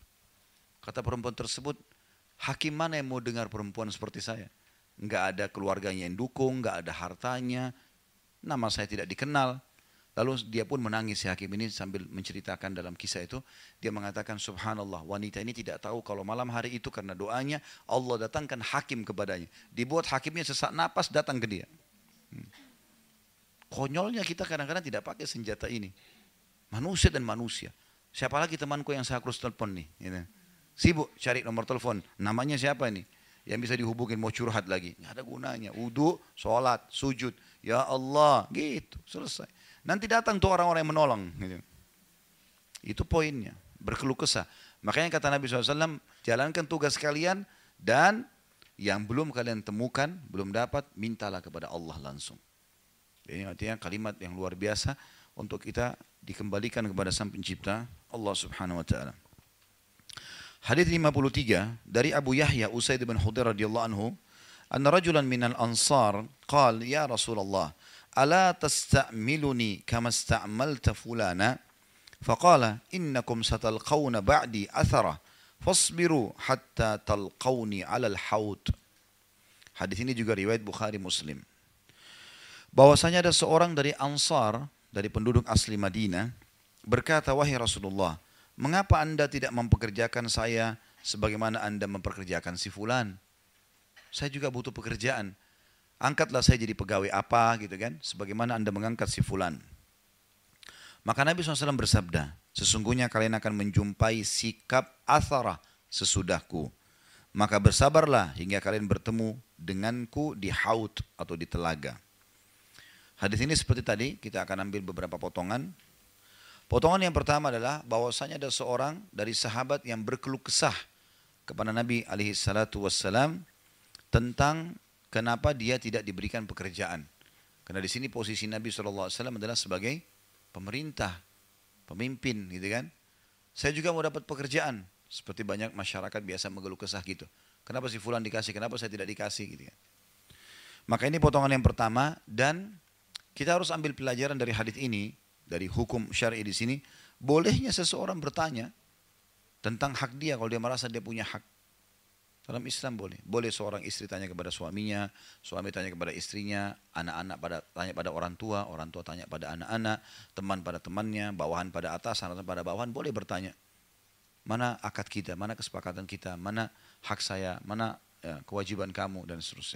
Kata perempuan tersebut, hakim mana yang mau dengar perempuan seperti saya? Enggak ada keluarganya yang dukung, enggak ada hartanya, nama saya tidak dikenal. Lalu dia pun menangis si hakim ini sambil menceritakan dalam kisah itu. Dia mengatakan subhanallah wanita ini tidak tahu kalau malam hari itu karena doanya Allah datangkan hakim kepadanya. Dibuat hakimnya sesak napas datang ke dia. Hmm. Konyolnya kita kadang-kadang tidak pakai senjata ini. Manusia dan manusia. Siapa lagi temanku yang saya harus telepon nih. Gitu. Sibuk cari nomor telepon. Namanya siapa ini? Yang bisa dihubungin mau curhat lagi. Nggak ada gunanya. Wudu, sholat, sujud. Ya Allah. Gitu. Selesai. Nanti datang tuh orang-orang yang menolong. Gitu. Itu poinnya. Berkeluh kesah. Makanya kata Nabi shallallahu alaihi wasallam, jalankan tugas kalian dan Yang belum kalian temukan, belum dapat, mintalah kepada Allah langsung. Ini artinya kalimat yang luar biasa untuk kita dikembalikan kepada Sang Pencipta Allah Subhanahu wa taala. Hadis lima puluh tiga dari Abu Yahya Usaid bin Hudair radhiyallahu anhu, anna rajulan minal ansar qala ya Rasulullah, ala tasta'miluni kama ista'malta fulana? Faqala innakum satalqawna ba'di athara fasbiru hatta talqawni 'alal haud. Hadis ini juga riwayat Bukhari Muslim. Bahwasanya ada seorang dari Ansar, dari penduduk asli Madinah, berkata, wahai Rasulullah, mengapa anda tidak mempekerjakan saya sebagaimana anda mempekerjakan si fulan? Saya juga butuh pekerjaan. Angkatlah saya jadi pegawai apa gitu kan, sebagaimana anda mengangkat si fulan. Maka Nabi shallallahu alaihi wasallam bersabda, sesungguhnya kalian akan menjumpai sikap athara sesudahku. Maka bersabarlah hingga kalian bertemu denganku di haud atau di telaga. Hadis ini seperti tadi, kita akan ambil beberapa potongan. Potongan yang pertama adalah bahwasanya ada seorang dari sahabat yang berkeluh kesah kepada Nabi alaihi salatu wassalam tentang kenapa dia tidak diberikan pekerjaan. Karena di sini posisi Nabi shallallahu alaihi wasallam adalah sebagai pemerintah, pemimpin gitu kan. Saya juga mau dapat pekerjaan. Seperti banyak masyarakat biasa mengeluh kesah gitu. Kenapa si fulan dikasih, kenapa saya tidak dikasih gitu kan. Maka ini potongan yang pertama, dan kita harus ambil pelajaran dari hadis ini, dari hukum syar'i di sini. Bolehnya seseorang bertanya tentang hak dia kalau dia merasa dia punya hak. Dalam Islam boleh. Boleh seorang istri tanya kepada suaminya, suami tanya kepada istrinya, anak-anak pada tanya pada orang tua, orang tua tanya pada anak-anak, teman pada temannya, bawahan pada atasan, atasan pada bawahan, boleh bertanya. Mana akad kita, mana kesepakatan kita, mana hak saya, mana ya, kewajiban kamu, dan seterusnya.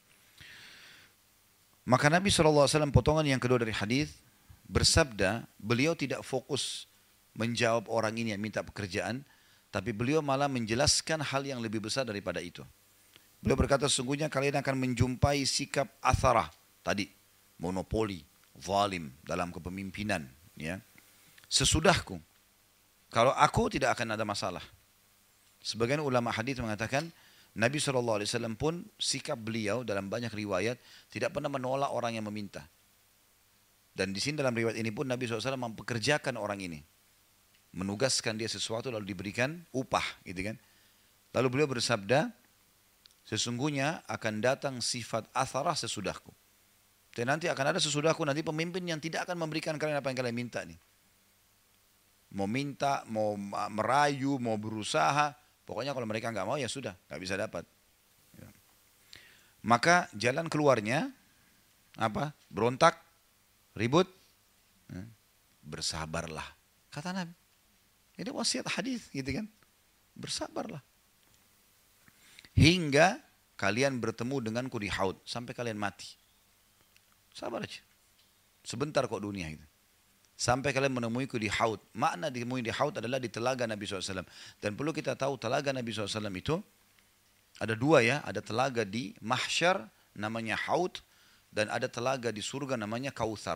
Maka Nabi shallallahu alaihi wasallam potongan yang kedua dari hadis bersabda, beliau tidak fokus menjawab orang ini yang minta pekerjaan, tapi beliau malah menjelaskan hal yang lebih besar daripada itu. Beliau berkata, sesungguhnya kalian akan menjumpai sikap atharah tadi, monopoli, zalim dalam kepemimpinan. Ya. Sesudahku, kalau aku tidak akan ada masalah. Sebagian ulama hadis mengatakan, Nabi shallallahu alaihi wasallam pun sikap beliau dalam banyak riwayat tidak pernah menolak orang yang meminta. Dan di sini dalam riwayat ini pun Nabi shallallahu alaihi wasallam mempekerjakan orang ini. Menugaskan dia sesuatu lalu diberikan upah gitu kan. Lalu beliau bersabda, sesungguhnya akan datang sifat atharah sesudahku. Dan nanti akan ada sesudahku nanti pemimpin yang tidak akan memberikan kalian apa yang kalian minta nih. Mau minta, mau merayu, mau berusaha, pokoknya kalau mereka nggak mau ya sudah, nggak bisa dapat. Maka jalan keluarnya apa? Berontak, ribut, bersabarlah, kata Nabi. Ini wasiat hadis gitu kan. Bersabarlah. Hingga kalian bertemu denganku di haud. Sampai kalian mati. Sabar aja. Sebentar kok dunia itu. Sampai kalian menemuiku di haud. Makna ditemui di haud adalah di telaga Nabi shallallahu alaihi wasallam. Dan perlu kita tahu telaga Nabi shallallahu alaihi wasallam itu ada dua ya. Ada telaga di mahsyar namanya haud. Dan ada telaga di surga namanya kautsar.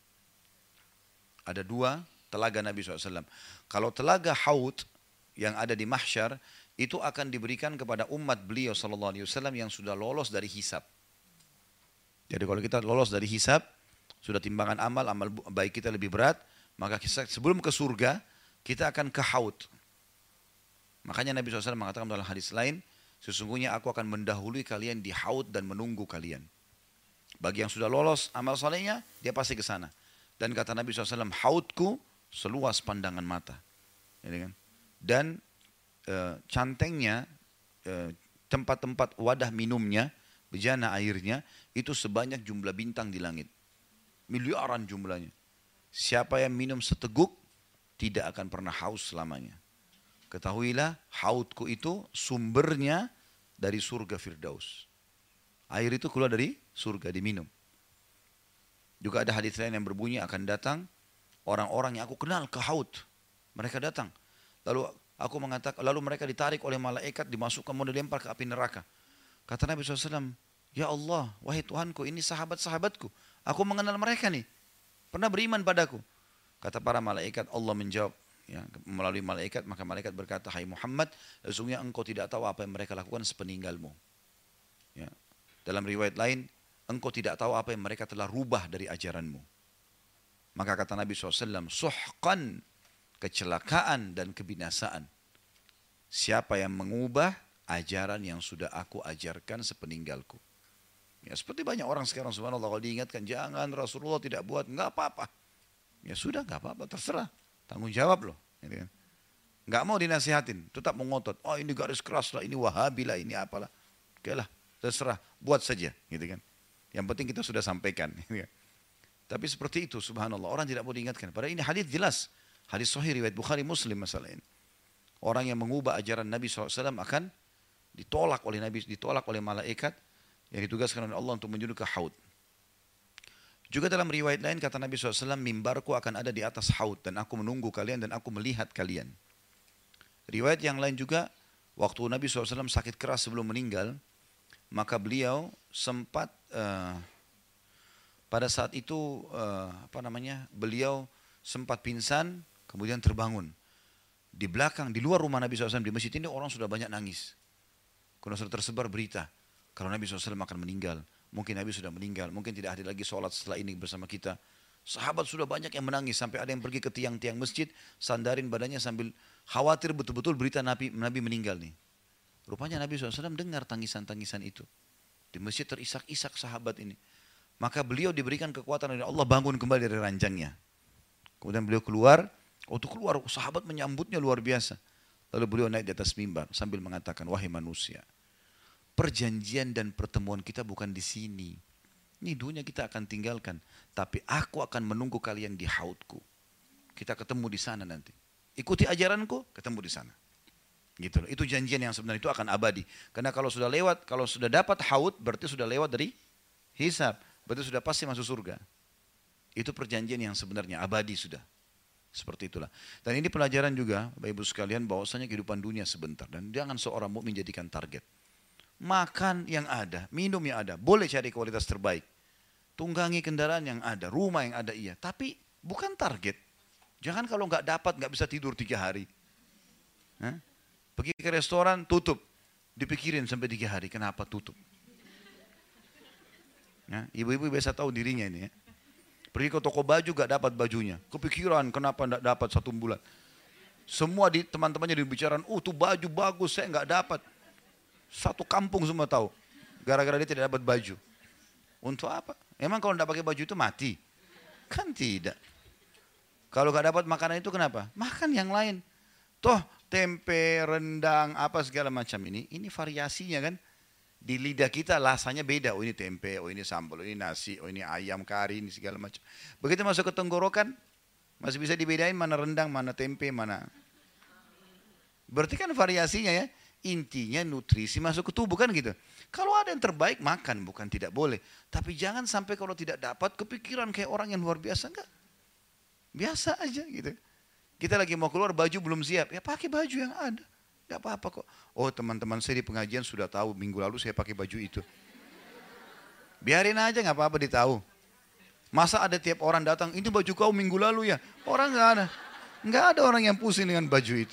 Ada dua telaga Nabi shallallahu alaihi wasallam. Kalau telaga haud yang ada di mahsyar itu akan diberikan kepada umat beliau sallallahu alaihi wasallam yang sudah lolos dari hisab. Jadi kalau kita lolos dari hisab, sudah timbangan amal, amal baik kita lebih berat, maka kita, sebelum ke surga kita akan ke haud. Makanya Nabi shallallahu alaihi wasallam mengatakan dalam hadis lain, sesungguhnya aku akan mendahului kalian di haud dan menunggu kalian. Bagi yang sudah lolos amal salehnya, dia pasti ke sana. Dan kata Nabi shallallahu alaihi wasallam, haudku seluas pandangan mata. Dan e, cantengnya, e, tempat-tempat wadah minumnya, bejana airnya, itu sebanyak jumlah bintang di langit. Miliaran jumlahnya. Siapa yang minum seteguk, tidak akan pernah haus selamanya. Ketahuilah, haudku itu sumbernya dari surga Firdaus. Air itu keluar dari surga, diminum. Juga ada hadis lain yang berbunyi akan datang orang-orang yang aku kenal ke haud. Mereka datang. Lalu aku mengatakan, lalu mereka ditarik oleh malaikat, dimasukkan mau dilempar ke api neraka. Kata Nabi shallallahu alaihi wasallam, ya Allah, wahai Tuhanku, ini sahabat-sahabatku. Aku mengenal mereka nih. Pernah beriman padaku. Kata para malaikat, Allah menjawab ya, melalui malaikat. Maka malaikat berkata, hai Muhammad, sesungguhnya engkau tidak tahu apa yang mereka lakukan sepeninggalmu. Ya. Dalam riwayat lain, engkau tidak tahu apa yang mereka telah rubah dari ajaranmu. Maka kata Nabi shallallahu alaihi wasallam, suhqan, kecelakaan dan kebinasaan. Siapa yang mengubah ajaran yang sudah aku ajarkan sepeninggalku. Ya, seperti banyak orang sekarang subhanallah kalau diingatkan, jangan Rasulullah tidak buat, enggak apa-apa. Ya sudah, enggak apa-apa, terserah. Tanggung jawab loh. Gitu kan. Enggak mau dinasihatin, tetap mengotot. Oh ini garis keras lah, ini wahabi lah, ini apalah. Oke lah, terserah, buat saja. Gitu kan. Yang penting kita sudah sampaikan. Gitu kan. Tapi seperti itu subhanallah, orang tidak mau diingatkan. Padahal ini hadis jelas. Hadis sahih riwayat Bukhari Muslim masalah ini. Orang yang mengubah ajaran Nabi shallallahu alaihi wasallam akan ditolak oleh Nabi, ditolak oleh malaikat yang ditugaskan oleh Allah untuk menuju ke haud. Juga dalam riwayat lain kata Nabi shallallahu alaihi wasallam, mimbarku akan ada di atas haud dan aku menunggu kalian dan aku melihat kalian. Riwayat yang lain juga, waktu Nabi shallallahu alaihi wasallam sakit keras sebelum meninggal, maka beliau sempat uh, pada saat itu uh, apa namanya, beliau sempat pingsan kemudian terbangun. Di belakang, di luar rumah Nabi shallallahu alaihi wasallam di masjid ini orang sudah banyak nangis. Karena sudah tersebar berita kalau Nabi shallallahu alaihi wasallam akan meninggal. Mungkin Nabi sudah meninggal, mungkin tidak ada lagi sholat setelah ini bersama kita. Sahabat sudah banyak yang menangis, sampai ada yang pergi ke tiang-tiang masjid, sandarin badannya sambil khawatir betul-betul berita Nabi, Nabi meninggal nih. Rupanya Nabi shallallahu alaihi wasallam dengar tangisan-tangisan itu. Di masjid terisak-isak sahabat ini. Maka beliau diberikan kekuatan oleh Allah, bangun kembali dari ranjangnya. Kemudian beliau keluar, waktu keluar sahabat menyambutnya luar biasa. Lalu beliau naik di atas mimbar sambil mengatakan, wahai manusia, perjanjian dan pertemuan kita bukan di sini. Ini dunia kita akan tinggalkan. Tapi aku akan menunggu kalian di haudku. Kita ketemu di sana nanti. Ikuti ajaranku, ketemu di sana. Gitu. Itu janjian yang sebenarnya itu akan abadi. Karena kalau sudah lewat, kalau sudah dapat haud, berarti sudah lewat dari hisab. Berarti sudah pasti masuk surga. Itu perjanjian yang sebenarnya abadi sudah. Seperti itulah. Dan ini pelajaran juga, Bapak Ibu sekalian, bahwasanya kehidupan dunia sebentar. Dan jangan seorang mukmin jadikan target. Makan yang ada, minum yang ada, boleh cari kualitas terbaik. Tunggangi kendaraan yang ada, rumah yang ada iya. Tapi bukan target. Jangan kalau nggak dapat, nggak bisa tidur tiga hari. Hah? Pergi ke restoran, tutup. Dipikirin sampai tiga hari, kenapa tutup? Ya, ibu-ibu biasa tahu dirinya ini ya. Pergi ke toko baju gak dapat bajunya. Kepikiran kenapa gak dapat satu bulan. Semua di teman-temannya dibicarakan, oh tuh baju bagus, saya gak dapat. Satu kampung semua tahu. Gara-gara dia tidak dapat baju. Untuk apa? Emang kalau tidak pakai baju itu mati? Kan tidak. Kalau gak dapat makanan itu kenapa? Makan yang lain. Toh tempe, rendang, apa segala macam ini. Ini variasinya kan. Di lidah kita rasanya beda. Oh ini tempe, oh ini sambal, oh ini nasi, oh ini ayam kari, ini segala macam. Begitu masuk ke tenggorokan, masih bisa dibedain mana rendang, mana tempe, mana. Berarti kan variasinya ya. Intinya nutrisi masuk ke tubuh kan gitu. Kalau ada yang terbaik makan, bukan tidak boleh. Tapi jangan sampai kalau tidak dapat kepikiran kayak orang yang luar biasa, enggak. Biasa aja gitu. Kita lagi mau keluar baju belum siap, ya pakai baju yang ada. Tidak apa-apa kok. Oh teman-teman saya di pengajian sudah tahu minggu lalu saya pakai baju itu. Biarin aja nggak apa-apa ditahu. Masa ada tiap orang datang, ini baju kau minggu lalu ya? Orang nggak ada. Nggak ada orang yang pusing dengan baju itu.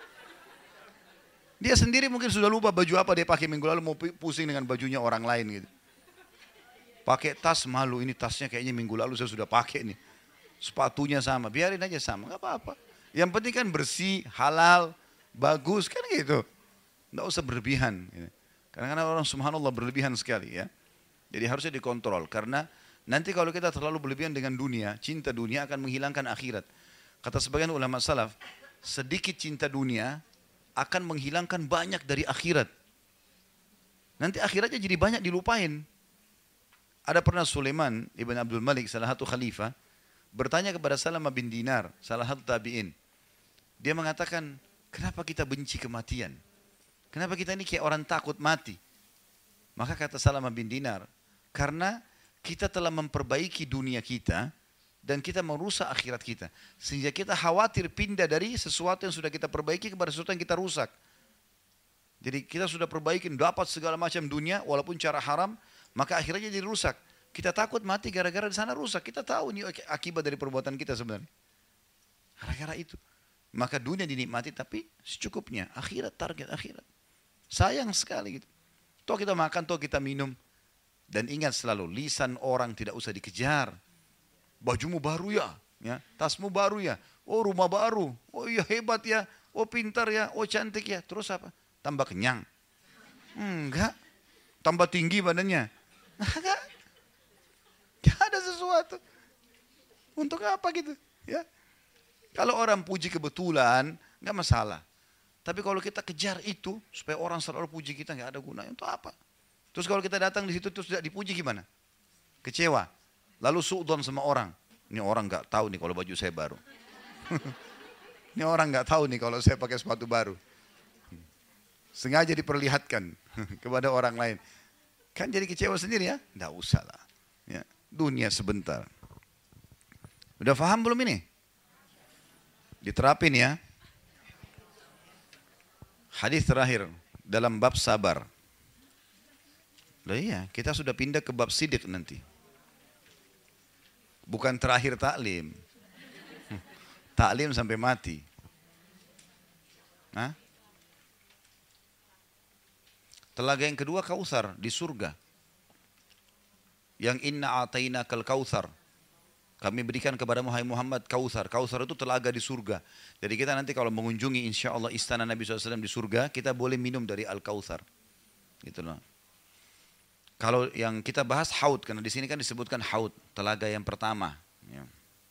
Dia sendiri mungkin sudah lupa baju apa dia pakai minggu lalu, mau pusing dengan bajunya orang lain gitu. Pakai tas malu, ini tasnya kayaknya minggu lalu saya sudah pakai nih. Sepatunya sama, biarin aja sama, nggak apa-apa. Yang penting kan bersih, halal, bagus kan gitu. Nggak usah berlebihan. Karena orang subhanallah berlebihan sekali ya. Jadi harusnya dikontrol. Karena nanti kalau kita terlalu berlebihan dengan dunia, cinta dunia akan menghilangkan akhirat. Kata sebagian ulama salaf, sedikit cinta dunia akan menghilangkan banyak dari akhirat. Nanti akhiratnya jadi banyak dilupain. Ada pernah Sulaiman ibn Abdul Malik, salah satu khalifah, bertanya kepada Salamah bin Dinar, salah satu tabi'in. Dia mengatakan, kenapa kita benci kematian? Kenapa kita ini kayak orang takut mati? Maka kata Salamah bin Dinar, karena kita telah memperbaiki dunia kita dan kita merusak akhirat kita. Sehingga kita khawatir pindah dari sesuatu yang sudah kita perbaiki kepada sesuatu yang kita rusak. Jadi kita sudah perbaiki, dapat segala macam dunia walaupun cara haram, maka akhirnya jadi rusak. Kita takut mati gara-gara di sana rusak. Kita tahu ini akibat dari perbuatan kita sebenarnya. Gara-gara itu. Maka dunia dinikmati tapi secukupnya. Akhirat, target akhirat. Sayang sekali gitu. Toh kita makan, toh kita minum. Dan ingat selalu, lisan orang tidak usah dikejar. Bajumu baru ya, ya, tasmu baru ya, oh rumah baru, oh iya hebat ya, oh pintar ya, oh cantik ya. Terus apa? Tambah kenyang? Enggak. Tambah tinggi badannya? Enggak. Enggak ada sesuatu. Untuk apa gitu? Ya. Kalau orang puji kebetulan, enggak masalah. Tapi kalau kita kejar itu, supaya orang selalu puji kita, enggak ada gunanya. Untuk apa? Terus kalau kita datang di situ terus tidak dipuji gimana? Kecewa. Lalu suudzon sama orang. Ini orang enggak tahu nih kalau baju saya baru. Ini orang enggak tahu nih kalau saya pakai sepatu baru. Sengaja diperlihatkan kepada orang lain. Kan jadi kecewa sendiri ya? Enggak usah lah. Ya, dunia sebentar. Udah paham belum ini? Diterapin ya. Hadis terakhir dalam bab sabar. Loh iya, kita sudah pindah ke bab sidik nanti. Bukan terakhir taklim. Taklim sampai mati. Hah? Telaga yang kedua Kautsar di surga. Yang inna atainakal kautsar. Kami berikan kepada Muhammad Kautsar. Kautsar itu telaga di surga. Jadi kita nanti kalau mengunjungi insya Allah istana Nabi shallallahu alaihi wasallam di surga, kita boleh minum dari Al-Kautsar. Gitu loh. Kalau yang kita bahas haud, karena di sini kan disebutkan haud, telaga yang pertama. Ya.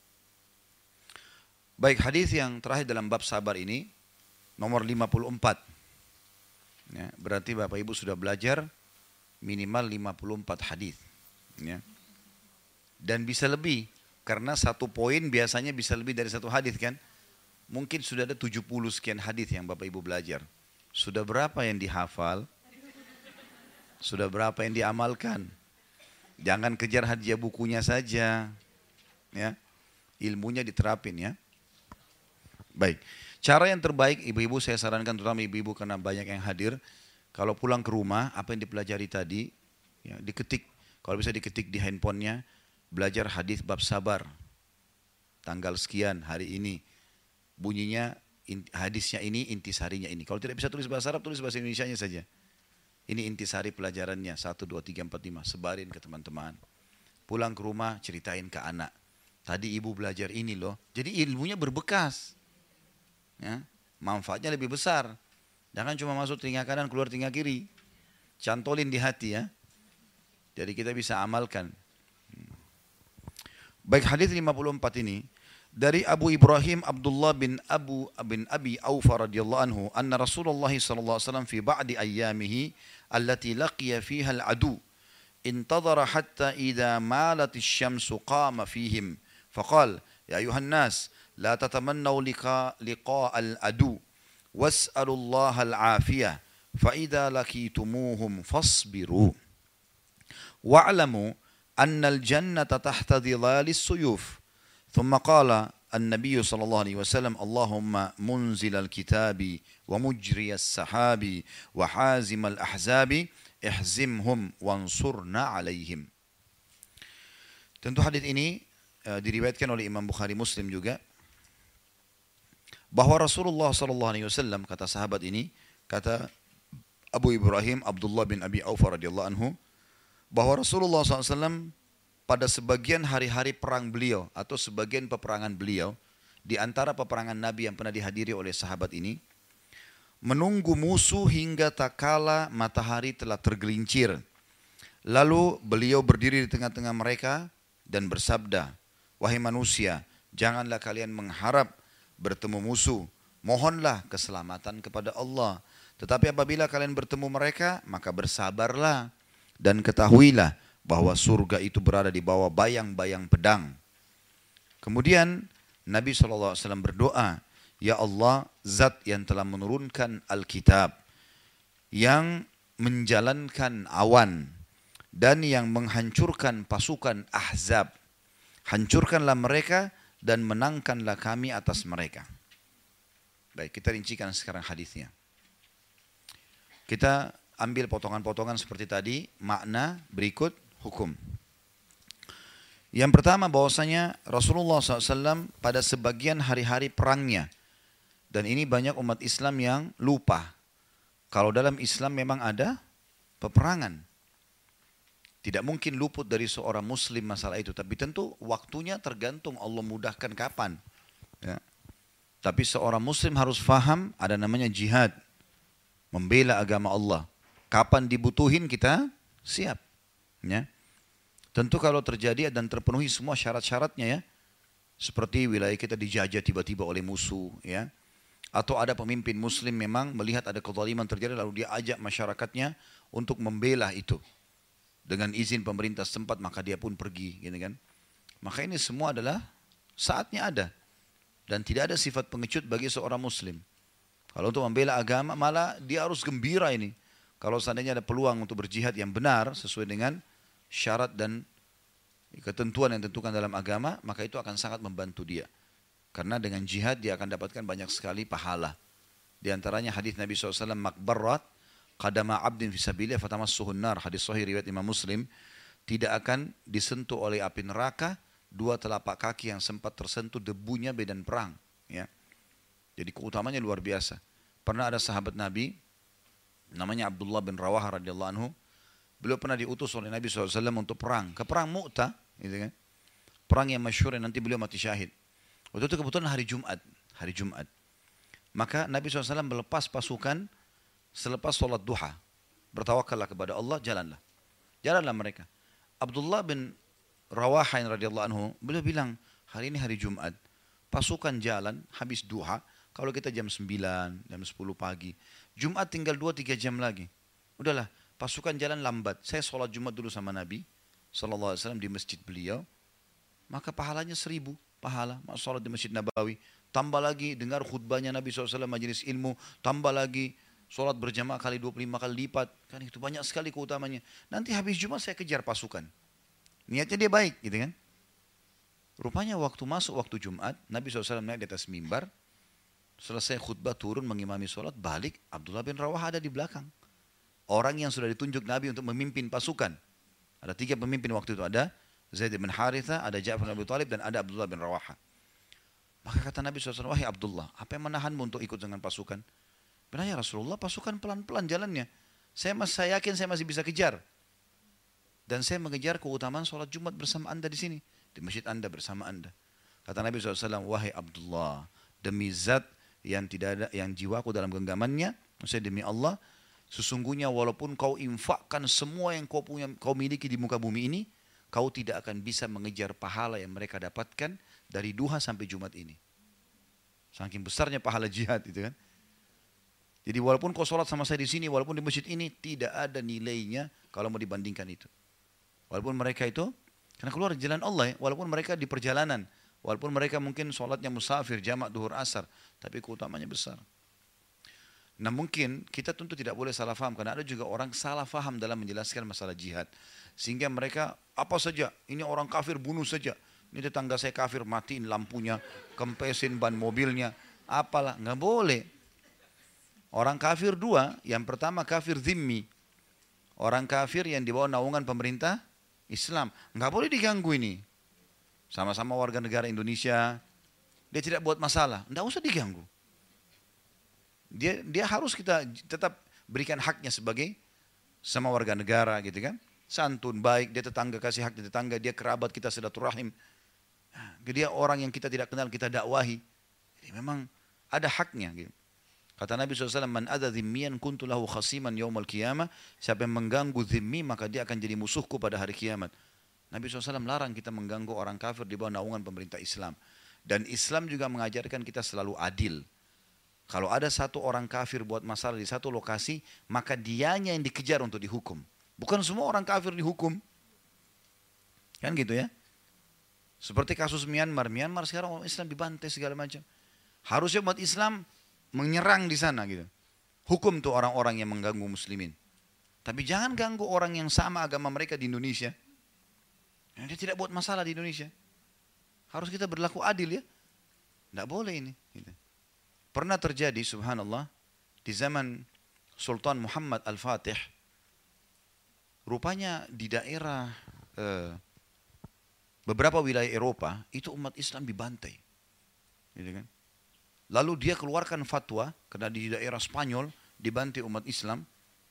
Baik, hadis yang terakhir dalam bab sabar ini, nomor lima puluh empat. Ya, berarti Bapak Ibu sudah belajar minimal lima puluh empat hadis. Ya. Dan bisa lebih, karena satu poin biasanya bisa lebih dari satu hadis kan. Mungkin sudah ada tujuh puluh sekian hadis yang Bapak Ibu belajar. Sudah berapa yang dihafal? Sudah berapa yang diamalkan? Jangan kejar hadiah bukunya saja. Ya. Ilmunya diterapin ya. Baik. Cara yang terbaik ibu-ibu saya sarankan, terutama ibu-ibu karena banyak yang hadir. Kalau pulang ke rumah, apa yang dipelajari tadi, ya, diketik. Kalau bisa diketik di handphonenya, belajar hadis bab sabar. Tanggal sekian, hari ini. Bunyinya, hadisnya ini, intisarinya ini. Kalau tidak bisa tulis bahasa Arab, tulis bahasa Indonesianya saja. Ini intisari pelajarannya, satu, dua, tiga, empat, lima. Sebarin ke teman-teman. Pulang ke rumah, ceritain ke anak. Tadi ibu belajar ini loh. Jadi ilmunya berbekas. Ya, manfaatnya lebih besar. Jangan cuma masuk telinga kanan, keluar telinga kiri. Cantolin di hati ya. Jadi kita bisa amalkan. Baik, hadis lima puluh empat ini. Dari Abu Ibrahim Abdullah bin Abu bin Abi Aufa radhiyallahu anhu, anna Rasulullah sallallahu alaihi wasallam fi ba'di ayyamihi allati laqiya fiha al-adu intadhara hatta idza malat asy-syamsu qama fihim faqala ya ayuhan nas la tatamannaw liqa liqa al-adu was'alu Allah al-afiyah fa idza laqitumuhum fasbiru wa'lamu anna al-jannata tahta dhilalis suyuf. ثم قال النبي صلى الله عليه وسلم اللهم منزل الكتاب ومجري السحاب وحازم الأحزاب احزمهم وانصرنا عليهم. Tentu hadis ini uh, diriwayatkan oleh Imam Bukhari Muslim juga, bahwa Rasulullah sallallahu alaihi wasallam, kata sahabat ini, kata Abu Ibrahim Abdullah bin Abi Aufa radhiyallahu anhu, bahwa Rasulullah sallallahu alaihi wasallam pada sebagian hari-hari perang beliau atau sebagian peperangan beliau, di antara peperangan Nabi yang pernah dihadiri oleh sahabat ini, menunggu musuh hingga tak kala matahari telah tergelincir. Lalu beliau berdiri di tengah-tengah mereka dan bersabda, wahai manusia, janganlah kalian mengharap bertemu musuh, mohonlah keselamatan kepada Allah. Tetapi apabila kalian bertemu mereka, maka bersabarlah dan ketahuilah bahwa surga itu berada di bawah bayang-bayang pedang. Kemudian Nabi shallallahu alaihi wasallam berdoa, ya Allah, zat yang telah menurunkan Alkitab, yang menjalankan awan, dan yang menghancurkan pasukan Ahzab, hancurkanlah mereka dan menangkanlah kami atas mereka. Baik, kita rincikan sekarang hadisnya. Kita ambil potongan-potongan seperti tadi, makna berikut, hukum. Yang pertama bahwasanya Rasulullah shallallahu alaihi wasallam pada sebagian hari-hari perangnya, dan ini banyak umat Islam yang lupa. Kalau dalam Islam memang ada peperangan. Tidak mungkin luput dari seorang muslim masalah itu. Tapi tentu waktunya tergantung Allah mudahkan kapan. Ya. Tapi seorang muslim harus faham ada namanya jihad. Membela agama Allah. Kapan dibutuhin kita siap. Ya. Tentu kalau terjadi dan terpenuhi semua syarat-syaratnya ya. Seperti wilayah kita dijajah tiba-tiba oleh musuh. Ya. Atau ada pemimpin muslim memang melihat ada kezaliman terjadi lalu dia ajak masyarakatnya untuk membela itu. Dengan izin pemerintah setempat maka dia pun pergi, gitu kan? Maka ini semua adalah saatnya ada dan tidak ada sifat pengecut bagi seorang muslim. Kalau untuk membela agama malah dia harus gembira ini. Kalau seandainya ada peluang untuk berjihad yang benar sesuai dengan syarat dan ketentuan yang ditentukan dalam agama, maka itu akan sangat membantu dia. Karena dengan jihad dia akan dapatkan banyak sekali pahala. Di antaranya hadis Nabi shallallahu alaihi wasallam makbarat qadama abdin fisabilillah fatamassuhun nar, hadis sahih riwayat Imam Muslim, tidak akan disentuh oleh api neraka dua telapak kaki yang sempat tersentuh debunya medan perang, ya. Jadi keutamanya luar biasa. Pernah ada sahabat Nabi namanya Abdullah bin Rawaha radhiyallahu anhu, beliau pernah diutus oleh Nabi shallallahu alaihi wasallam untuk perang, ke perang Mu'tah, gitu kan? Perang yang masyhur yang nanti beliau mati syahid. Waktu itu kebetulan hari Jumat, hari Jumat. Maka Nabi shallallahu alaihi wasallam melepas pasukan selepas sholat duha, bertawakallah kepada Allah, jalanlah. Jalanlah mereka. Abdullah bin Rawaha radhiyallahu anhu, beliau bilang, hari ini hari Jumat, pasukan jalan habis duha, kalau kita jam sembilan, jam sepuluh pagi, Jumat tinggal dua tiga jam lagi. Udahlah, pasukan jalan lambat. Saya sholat Jumat dulu sama Nabi sallallahu alaihi wasallam di masjid beliau, maka pahalanya seribu pahala, sholat di Masjid Nabawi. Tambah lagi dengar khutbahnya Nabi shallallahu alaihi wasallam majelis ilmu, tambah lagi sholat berjamaah kali dua puluh lima kali lipat. Kan itu banyak sekali keutamanya. Nanti habis Jumat saya kejar pasukan. Niatnya dia baik, gitu kan. Rupanya waktu masuk waktu Jumat, Nabi shallallahu alaihi wasallam naik di atas mimbar. Selesai khutbah turun mengimami sholat, balik Abdullah bin Rawaha ada di belakang. Orang yang sudah ditunjuk Nabi untuk memimpin pasukan. Ada tiga pemimpin waktu itu. Ada Zaid bin Haritha, ada Ja'far bin Abi Thalib, dan ada Abdullah bin Rawaha. Maka kata Nabi shallallahu alaihi wasallam, wahai Abdullah, apa yang menahanmu untuk ikut dengan pasukan? Benarnya Rasulullah, pasukan pelan-pelan jalannya. Saya, masih, saya yakin saya masih bisa kejar. Dan saya mengejar keutamaan sholat Jumat bersama anda di sini. Di masjid anda bersama anda. Kata Nabi shallallahu alaihi wasallam, wahai Abdullah, demi zat yang tidak ada, yang jiwaku dalam genggamannya, maksudnya demi Allah, sesungguhnya walaupun kau infakkan semua yang kau punya, kau miliki di muka bumi ini, kau tidak akan bisa mengejar pahala yang mereka dapatkan dari duha sampai Jumat ini. Saking besarnya pahala jihad itu kan. Jadi walaupun kau sholat sama saya di sini, walaupun di masjid ini, tidak ada nilainya kalau mau dibandingkan itu. Walaupun mereka itu, karena keluar jalan Allah ya, walaupun mereka di perjalanan, walaupun mereka mungkin sholatnya musafir, jamak duhur asar, tapi keutamanya besar. Nah mungkin kita tentu tidak boleh salah faham, karena ada juga orang salah faham dalam menjelaskan masalah jihad. Sehingga mereka, apa saja, ini orang kafir bunuh saja. Ini tetangga saya kafir, matiin lampunya, kempesin ban mobilnya, apalah, nggak boleh. Orang kafir dua, yang pertama kafir zimmi. Orang kafir yang dibawa naungan pemerintah Islam. Nggak boleh diganggu ini. Sama-sama warga negara Indonesia. Dia tidak buat masalah. Nggak usah diganggu. Dia, dia harus kita tetap berikan haknya sebagai sama warga negara gitu kan. Santun, baik, dia tetangga, kasih hak dia tetangga, dia kerabat kita silaturahim. Dia orang yang kita tidak kenal, kita dakwahi. Jadi memang ada haknya gitu. Kata Nabi shallallahu alaihi wasallam, man adza dhimmiyan kuntu lahu khasiman yaumal qiyamah. Siapa yang mengganggu dhimmi, maka dia akan jadi musuhku pada hari kiamat. Nabi shallallahu alaihi wasallam larang kita mengganggu orang kafir di bawah naungan pemerintah Islam. Dan Islam juga mengajarkan kita selalu adil. Kalau ada satu orang kafir buat masalah di satu lokasi, maka dianya yang dikejar untuk dihukum. Bukan semua orang kafir dihukum. Kan gitu ya. Seperti kasus Myanmar. Myanmar sekarang orang Islam dibantai segala macam. Harusnya umat Islam menyerang di sana gitu. Hukum tuh orang-orang yang mengganggu muslimin. Tapi jangan ganggu orang yang sama agama mereka di Indonesia. Dia tidak buat masalah di Indonesia. Harus kita berlaku adil ya. Tidak boleh ini. Gitu. Pernah terjadi subhanallah di zaman Sultan Muhammad Al-Fatih. Rupanya di daerah eh, beberapa wilayah Eropa itu umat Islam dibantai. Gitu kan? Lalu dia keluarkan fatwa, karena di daerah Spanyol dibantai umat Islam.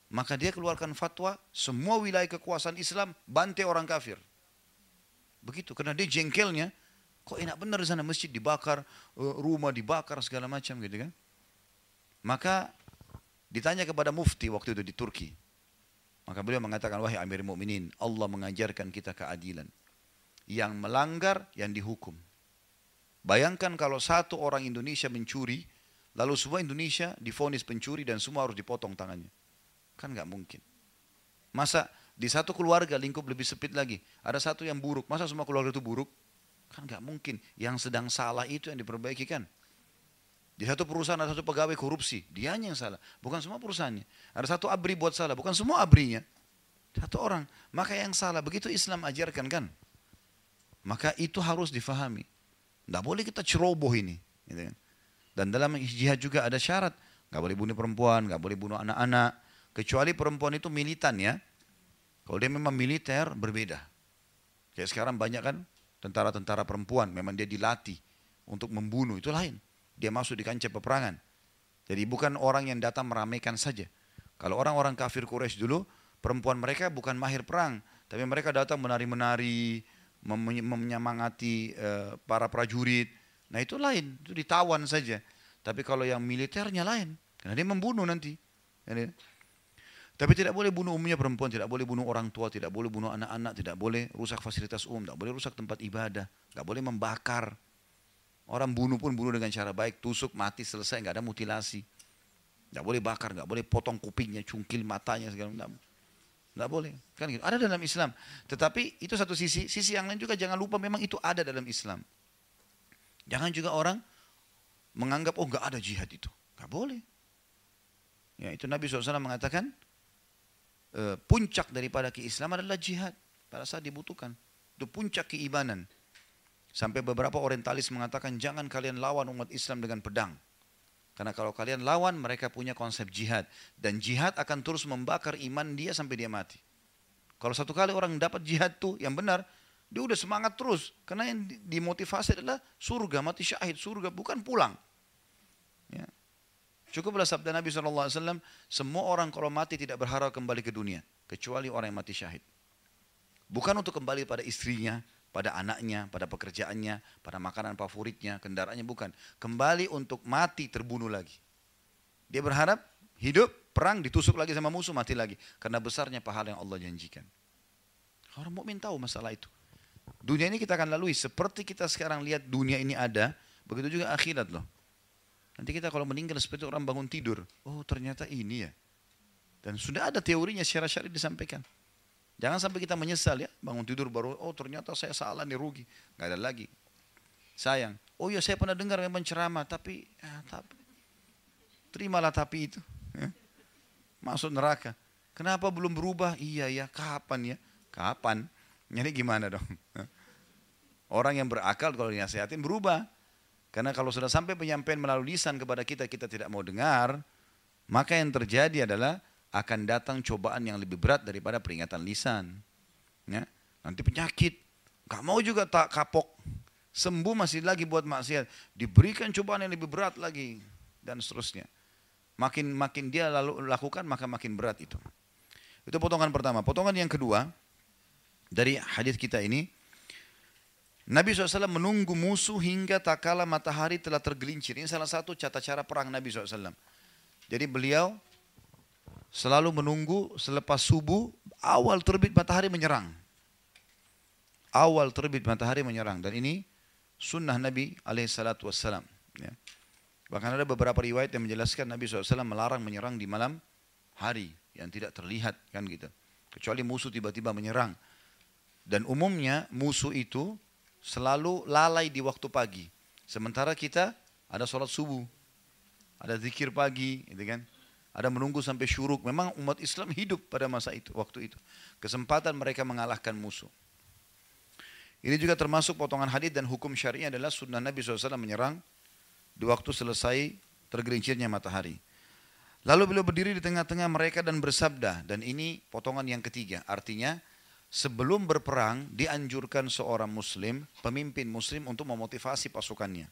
Maka dia keluarkan fatwa, semua wilayah kekuasaan Islam bantai orang kafir. Begitu, karena dia jengkelnya, kok enak benar di sana, masjid dibakar, rumah dibakar, segala macam gitu kan. Maka ditanya kepada mufti waktu itu di Turki. Maka beliau mengatakan, wahai Amir Mu'minin, Allah mengajarkan kita keadilan. Yang melanggar, yang dihukum. Bayangkan kalau satu orang Indonesia mencuri, lalu semua Indonesia divonis pencuri dan semua harus dipotong tangannya. Kan nggak mungkin. Masa di satu keluarga lingkup lebih sempit lagi, ada satu yang buruk, masa semua keluarga itu buruk? Kan nggak mungkin. Yang sedang salah itu yang diperbaiki kan. Di satu perusahaan ada satu pegawai korupsi, dianya yang salah, bukan semua perusahaannya. Ada satu abri buat salah, bukan semua abrinya. Satu orang, maka yang salah, begitu Islam ajarkan kan. Maka itu harus difahami. Tidak boleh kita ceroboh ini. Dan dalam jihad juga ada syarat. Nggak boleh bunuh perempuan, nggak boleh bunuh anak-anak. Kecuali perempuan itu militan ya. Kalau dia memang militer berbeda. Kayak sekarang banyak kan tentara-tentara perempuan. Memang dia dilatih untuk membunuh, itu lain. Dia masuk di kancah peperangan. Jadi bukan orang yang datang meramaikan saja. Kalau orang-orang kafir Quraisy dulu, perempuan mereka bukan mahir perang. Tapi mereka datang menari-menari, menyemangati uh, para prajurit. Nah itu lain, itu ditawan saja. Tapi kalau yang militernya lain, karena dia membunuh nanti. Jadi, tapi tidak boleh bunuh umumnya perempuan, tidak boleh bunuh orang tua, tidak boleh bunuh anak-anak, tidak boleh rusak fasilitas umum, tidak boleh rusak tempat ibadah, tidak boleh membakar. Orang bunuh pun bunuh dengan cara baik, tusuk, mati, selesai, nggak ada mutilasi. Tidak boleh bakar, nggak boleh potong kupingnya, cungkil matanya, segala macam. Tidak boleh, kan gitu. Ada dalam Islam. Tetapi itu satu sisi, sisi yang lain juga jangan lupa memang itu ada dalam Islam. Jangan juga orang menganggap, oh nggak ada jihad itu. Nggak boleh. Ya, itu Nabi shallallahu alaihi wasallam mengatakan, e, puncak daripada keislaman adalah jihad. Pada saat dibutuhkan. Itu puncak keimanan. Sampai beberapa orientalis mengatakan, jangan kalian lawan umat Islam dengan pedang. Karena kalau kalian lawan, mereka punya konsep jihad. Dan jihad akan terus membakar iman dia sampai dia mati. Kalau satu kali orang dapat jihad tuh yang benar, dia udah semangat terus. Karena yang dimotivasi adalah surga, mati syahid, surga, bukan pulang. Ya. Cukuplah sabda Nabi shallallahu alaihi wasallam, semua orang kalau mati tidak berharap kembali ke dunia. Kecuali orang yang mati syahid. Bukan untuk kembali pada istrinya, pada anaknya, pada pekerjaannya, pada makanan favoritnya, kendaraannya, bukan. Kembali untuk mati terbunuh lagi. Dia berharap hidup, perang, ditusuk lagi sama musuh, mati lagi. Karena besarnya pahala yang Allah janjikan. Orang mukmin tahu masalah itu. Dunia ini kita akan lalui. Seperti kita sekarang lihat dunia ini ada, begitu juga akhirat loh. Nanti kita kalau meninggal seperti orang bangun tidur. Oh ternyata ini ya. Dan sudah ada teorinya secara syar'i disampaikan. Jangan sampai kita menyesal ya, bangun tidur baru, oh ternyata saya salah nih, rugi. Nggak ada lagi. Sayang. Oh ya saya pernah dengar memang ceramah, tapi, ya, tapi terimalah tapi itu. Ya. Masuk neraka. Kenapa belum berubah? Iya ya, kapan ya? Kapan? Jadi gimana dong? Orang yang berakal kalau dinasihatin berubah. Karena kalau sudah sampai penyampaian melalui lisan kepada kita, kita tidak mau dengar, maka yang terjadi adalah akan datang cobaan yang lebih berat daripada peringatan lisan. Ya, nanti penyakit, gak mau juga tak kapok, sembuh masih lagi buat maksiat, diberikan cobaan yang lebih berat lagi, dan seterusnya. Makin makin dia lalu lakukan, maka makin berat itu. Itu potongan pertama. Potongan yang kedua, dari hadis kita ini, Nabi shallallahu alaihi wasallam menunggu musuh hingga tak kala matahari telah tergelincir. Ini salah satu tata cara perang Nabi shallallahu alaihi wasallam. Jadi beliau selalu menunggu selepas subuh, awal terbit matahari menyerang. Awal terbit matahari menyerang. Dan ini sunnah Nabi alaihi salatu wassalam. Ya. Bahkan ada beberapa riwayat yang menjelaskan Nabi shallallahu alaihi wasallam melarang menyerang di malam hari yang tidak terlihat kan gitu. Kecuali musuh tiba-tiba menyerang. Dan umumnya musuh itu selalu lalai di waktu pagi. Sementara kita ada sholat subuh, ada zikir pagi, gitu kan? Ada menunggu sampai syuruk. Memang umat Islam hidup pada masa itu, waktu itu. Kesempatan mereka mengalahkan musuh. Ini juga termasuk potongan hadis dan hukum syari'i adalah sunnah Nabi shallallahu alaihi wasallam menyerang di waktu selesai tergelincirnya matahari. Lalu beliau berdiri di tengah-tengah mereka dan bersabda, dan ini potongan yang ketiga, artinya sebelum berperang dianjurkan seorang muslim, pemimpin muslim untuk memotivasi pasukannya.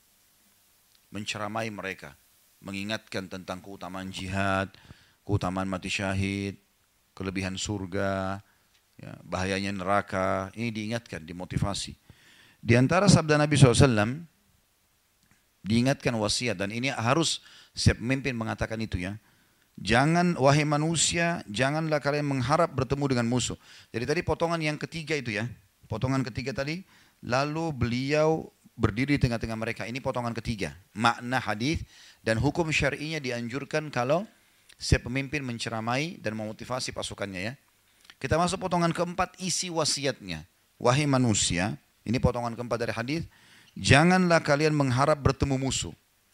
Menceramai mereka, mengingatkan tentang keutamaan jihad, keutamaan mati syahid, kelebihan surga, ya, bahayanya neraka. Ini diingatkan, dimotivasi. Di antara sabda Nabi shallallahu alaihi wasallam, diingatkan wasiat, dan ini harus setiap pemimpin mengatakan itu ya. Jangan, wahai manusia, janganlah kalian mengharap bertemu dengan musuh. Jadi tadi potongan yang ketiga itu ya. Potongan ketiga tadi, lalu beliau berdiri di tengah-tengah mereka. Ini potongan ketiga. Makna hadis dan hukum syar'inya dianjurkan kalau setiap pemimpin menceramai dan memotivasi pasukannya ya. Kita masuk potongan keempat, isi wasiatnya. Wahai manusia, ini potongan keempat dari hadis. Janganlah kalian mengharap bertemu musuh.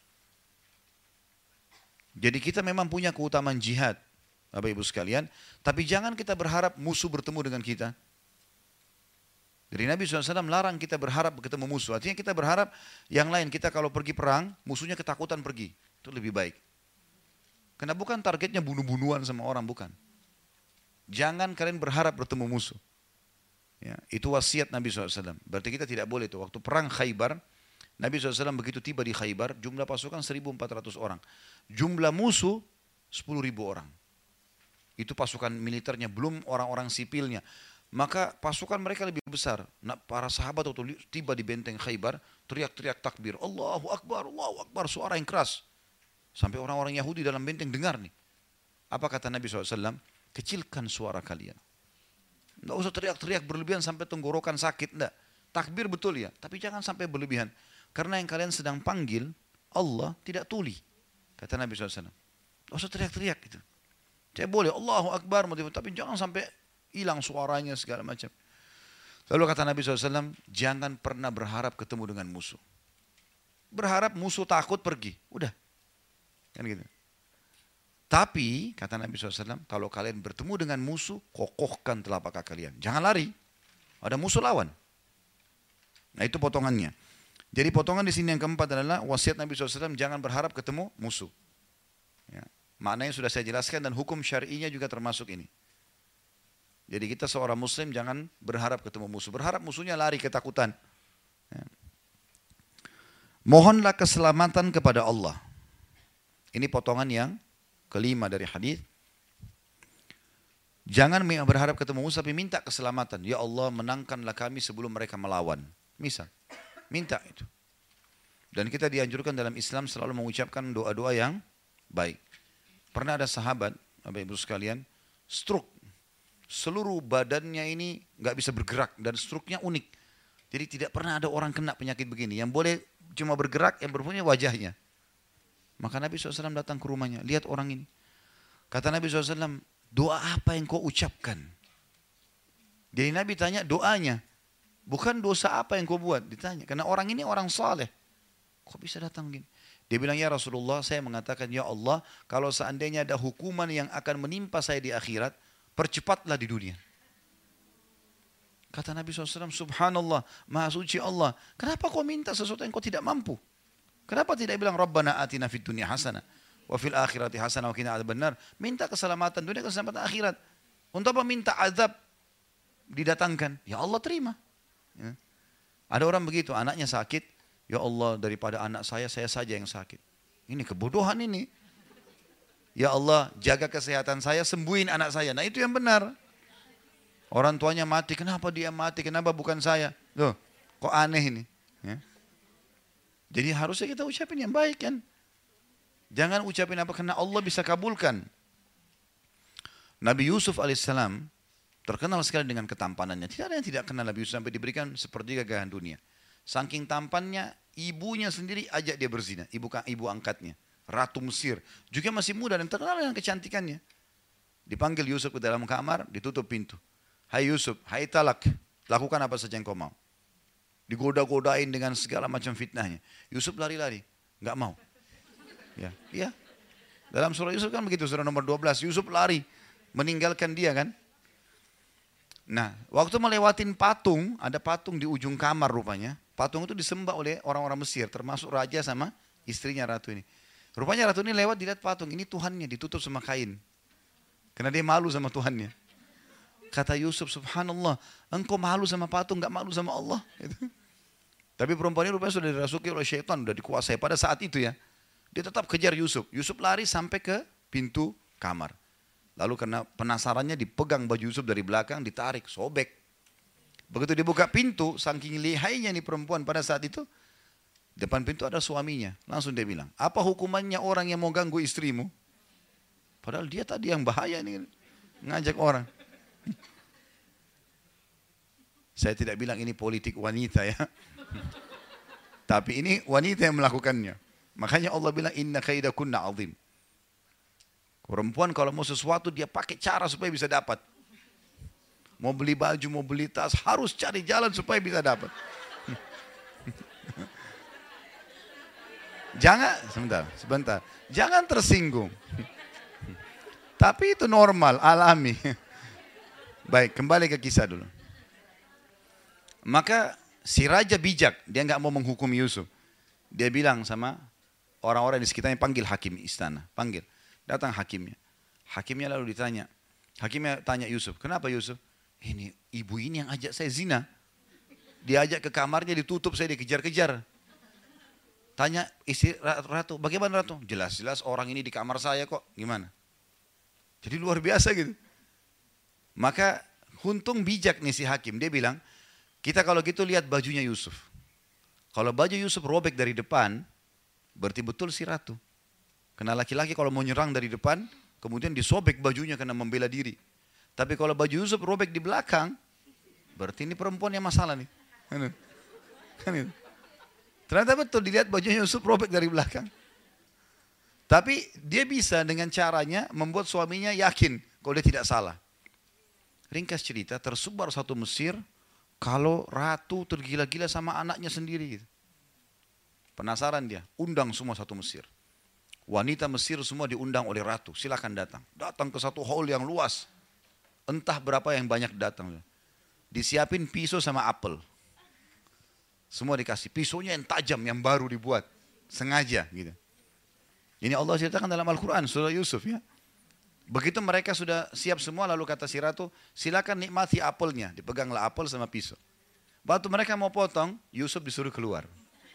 Jadi kita memang punya keutamaan jihad, Bapak Ibu sekalian. Tapi jangan kita berharap musuh bertemu dengan kita. Jadi Nabi shallallahu alaihi wasallam larang kita berharap ketemu musuh. Artinya kita berharap yang lain. Kita kalau pergi perang, musuhnya ketakutan pergi. Itu lebih baik. Karena bukan targetnya bunuh-bunuhan sama orang, bukan. Jangan kalian berharap bertemu musuh. Ya, itu wasiat Nabi shallallahu alaihi wasallam. Berarti kita tidak boleh itu. Waktu perang Khaybar, Nabi shallallahu alaihi wasallam begitu tiba di Khaybar, jumlah pasukan seribu empat ratus orang. Jumlah musuh sepuluh ribu orang. Itu pasukan militernya, belum orang-orang sipilnya. Maka pasukan mereka lebih besar. Nah, para sahabat waktu tiba di benteng Khaybar, teriak-teriak takbir. Allahu Akbar, Allahu Akbar, suara yang keras. Sampai orang-orang Yahudi dalam benteng dengar nih. Apa kata Nabi shallallahu alaihi wasallam? Kecilkan suara kalian. Tidak usah teriak-teriak berlebihan sampai tenggorokan sakit. Tidak. Takbir betul ya, tapi jangan sampai berlebihan. Karena yang kalian sedang panggil, Allah tidak tuli. Kata Nabi shallallahu alaihi wasallam. Tidak usah teriak-teriak gitu. Saya boleh Allahu Akbar, tapi jangan sampai hilang suaranya segala macam. Lalu kata Nabi shallallahu alaihi wasallam, jangan pernah berharap ketemu dengan musuh. Berharap musuh takut pergi. Udah. Kan gitu. Tapi, kata Nabi shallallahu alaihi wasallam, kalau kalian bertemu dengan musuh, kokohkan telapak kaki kalian. Jangan lari. Ada musuh lawan. Nah itu potongannya. Jadi potongan di sini yang keempat adalah wasiat Nabi shallallahu alaihi wasallam, jangan berharap ketemu musuh. Ya. Maknanya sudah saya jelaskan dan hukum syar'inya juga termasuk ini. Jadi kita seorang muslim jangan berharap ketemu musuh. Berharap musuhnya lari ketakutan. Ya. Mohonlah keselamatan kepada Allah. Ini potongan yang kelima dari hadis. Jangan berharap ketemu musuh tapi minta keselamatan. Ya Allah, menangkanlah kami sebelum mereka melawan. Misal, minta itu. Dan kita dianjurkan dalam Islam selalu mengucapkan doa-doa yang baik. Pernah ada sahabat, Bapak Ibu sekalian, stroke. Seluruh badannya ini nggak bisa bergerak dan struknya unik. Jadi tidak pernah ada orang kena penyakit begini. Yang boleh cuma bergerak, yang berpunya wajahnya. Maka Nabi shallallahu alaihi wasallam datang ke rumahnya, lihat orang ini. Kata Nabi shallallahu alaihi wasallam, doa apa yang kau ucapkan? Jadi Nabi tanya doanya, bukan dosa apa yang kau buat, ditanya. Karena orang ini orang saleh. Kok bisa datang gini? Dia bilang, ya Rasulullah, saya mengatakan, ya Allah, kalau seandainya ada hukuman yang akan menimpa saya di akhirat, percepatlah di dunia. Kata Nabi shallallahu alaihi wasallam, subhanallah, maha suci Allah. Kenapa kau minta sesuatu yang kau tidak mampu? Kenapa tidak bilang Rabbana atina fid dunya hasanah wa fil akhirati hasanah wa qina adzabannar? Minta keselamatan dunia, keselamatan akhirat. Untuk apa minta azab didatangkan? Ya Allah terima. Ya. Ada orang begitu, anaknya sakit, ya Allah daripada anak saya, saya saja yang sakit. Ini kebodohan ini. Ya Allah jaga kesehatan saya, sembuhin anak saya. Nah itu yang benar. Orang tuanya mati, kenapa dia mati? Kenapa bukan saya? Loh, kok aneh ini? Ya. Jadi harusnya kita ucapin yang baik kan. Jangan ucapin apa, karena Allah bisa kabulkan. Nabi Yusuf alaihissalam terkenal sekali dengan ketampanannya. Tidak ada yang tidak kenal Nabi Yusuf sampai diberikan sepertiga kekayaan dunia. Saking tampannya, ibunya sendiri ajak dia berzina. Ibu, ibu angkatnya, Ratu Mesir. Juga masih muda dan terkenal dengan kecantikannya. Dipanggil Yusuf ke dalam kamar, ditutup pintu. Hai Yusuf, hai talak, lakukan apa saja yang kau mau. Digoda-godain dengan segala macam fitnahnya. Yusuf lari-lari, nggak mau. Ya, iya. Dalam surah Yusuf kan begitu, surah nomor dua belas. Yusuf lari, meninggalkan dia kan. Nah, waktu melewatin patung, ada patung di ujung kamar rupanya. Patung itu disembah oleh orang-orang Mesir, termasuk raja sama istrinya ratu ini. Rupanya ratu ini lewat, dilihat patung, ini Tuhannya ditutup sama kain. Karena dia malu sama Tuhannya. Kata Yusuf, subhanallah, engkau malu sama patung, gak malu sama Allah. Tapi perempuan ini rupanya sudah dirasuki oleh syaitan, sudah dikuasai pada saat itu ya. Dia tetap kejar Yusuf. Yusuf lari sampai ke pintu kamar. Lalu karena penasarannya dipegang baju Yusuf dari belakang, ditarik, sobek. Begitu dibuka pintu, saking lihainya nih perempuan pada saat itu, depan pintu ada suaminya. Langsung dia bilang, apa hukumannya orang yang mau ganggu istrimu? Padahal dia tadi yang bahaya nih, ngajak orang. Saya tidak bilang ini politik wanita ya. Tapi ini wanita yang melakukannya. Makanya Allah bilang, inna kaidakunna azim. Perempuan kalau mau sesuatu dia pakai cara supaya bisa dapat. Mau beli baju, mau beli tas, harus cari jalan supaya bisa dapat. Jangan, sebentar, sebentar. Jangan tersinggung. Tapi itu normal, alami. Baik, kembali ke kisah dulu. Maka si raja bijak, dia nggak mau menghukum Yusuf. Dia bilang sama orang-orang di sekitarnya, panggil hakim istana, panggil. Datang hakimnya. Hakimnya lalu ditanya. Hakimnya tanya Yusuf, kenapa Yusuf? Ini ibu ini yang ajak saya zina. Diajak ke kamarnya, ditutup, saya dikejar-kejar. Tanya istri ratu, bagaimana ratu? Jelas-jelas orang ini di kamar saya kok, gimana? Jadi luar biasa gitu. Maka untung bijak nih si hakim. Dia bilang, kita kalau gitu lihat bajunya Yusuf. Kalau baju Yusuf robek dari depan, berarti betul si ratu. Karena laki-laki kalau mau nyerang dari depan, kemudian disobek bajunya karena membela diri. Tapi kalau baju Yusuf robek di belakang, berarti ini perempuan yang masalah nih. Kan itu. Ternyata betul dilihat bajunya Yusuf robek dari belakang. Tapi dia bisa dengan caranya membuat suaminya yakin kalau dia tidak salah. Ringkas cerita, tersebar satu Mesir kalau ratu tergila-gila sama anaknya sendiri. Gitu. Penasaran dia, undang semua satu Mesir. Wanita Mesir semua diundang oleh ratu, silakan datang. Datang ke satu hall yang luas. Entah berapa yang banyak datang. Disiapin pisau sama apel. Semua dikasih. Pisaunya yang tajam, yang baru dibuat. Sengaja gitu. Ini Allah ceritakan dalam Al-Quran, surah Yusuf ya. Begitu mereka sudah siap semua, lalu kata si ratu, silakan nikmati apelnya. Dipeganglah apel sama pisau. Waktu mereka mau potong, Yusuf disuruh keluar.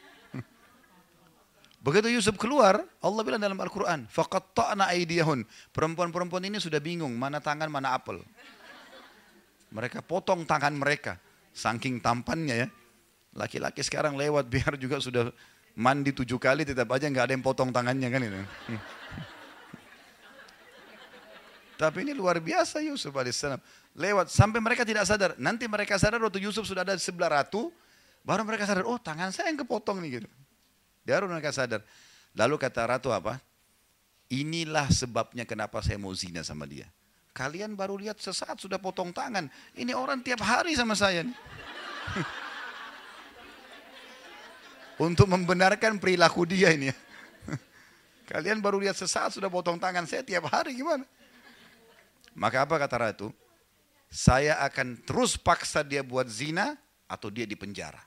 Begitu Yusuf keluar, Allah bilang dalam Al-Quran, faqatta'na aydiyahun. Perempuan-perempuan ini sudah bingung, mana tangan, mana apel. Mereka potong tangan mereka. Saking tampannya ya. Laki-laki sekarang lewat biar juga sudah mandi tujuh kali, tetap aja nggak ada yang potong tangannya kan itu. Tapi ini luar biasa Yusuf alaihissalam. Lewat, sampai mereka tidak sadar. Nanti mereka sadar waktu Yusuf sudah ada di sebelah ratu, baru mereka sadar, oh tangan saya yang kepotong nih gitu. Baru mereka sadar. Lalu kata ratu apa? Inilah sebabnya kenapa saya mau zina sama dia. Kalian baru lihat sesaat sudah potong tangan. Ini orang tiap hari sama saya nih. Untuk membenarkan perilaku dia ini. Kalian baru lihat sesaat sudah potong tangan, saya tiap hari gimana? Maka apa kata ratu? Saya akan terus paksa dia buat zina atau dia dipenjara.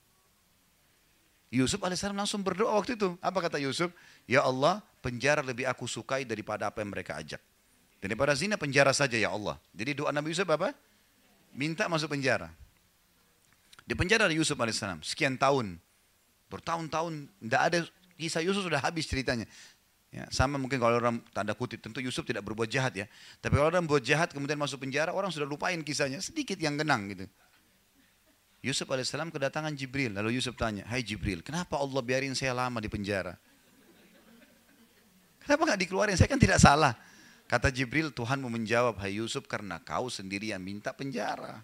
Yusuf alaihissalam langsung berdoa waktu itu. Apa kata Yusuf? Ya Allah, penjara lebih aku sukai daripada apa yang mereka ajak. Daripada zina, penjara saja ya Allah. Jadi doa Nabi Yusuf apa? Minta masuk penjara. Di penjara Yusuf alaihissalam sekian tahun. Bertahun-tahun, tidak ada, kisah Yusuf sudah habis ceritanya. Ya, sama mungkin kalau orang tanda kutip, tentu Yusuf tidak berbuat jahat ya. Tapi kalau orang berbuat jahat kemudian masuk penjara, orang sudah lupain kisahnya, sedikit yang genang gitu. Yusuf alaihissalam kedatangan Jibril, lalu Yusuf tanya, hai Jibril, kenapa Allah biarin saya lama di penjara? Kenapa nggak dikeluarin? Saya kan tidak salah. Kata Jibril, Tuhan mau menjawab, hai Yusuf, karena kau sendiri yang minta penjara.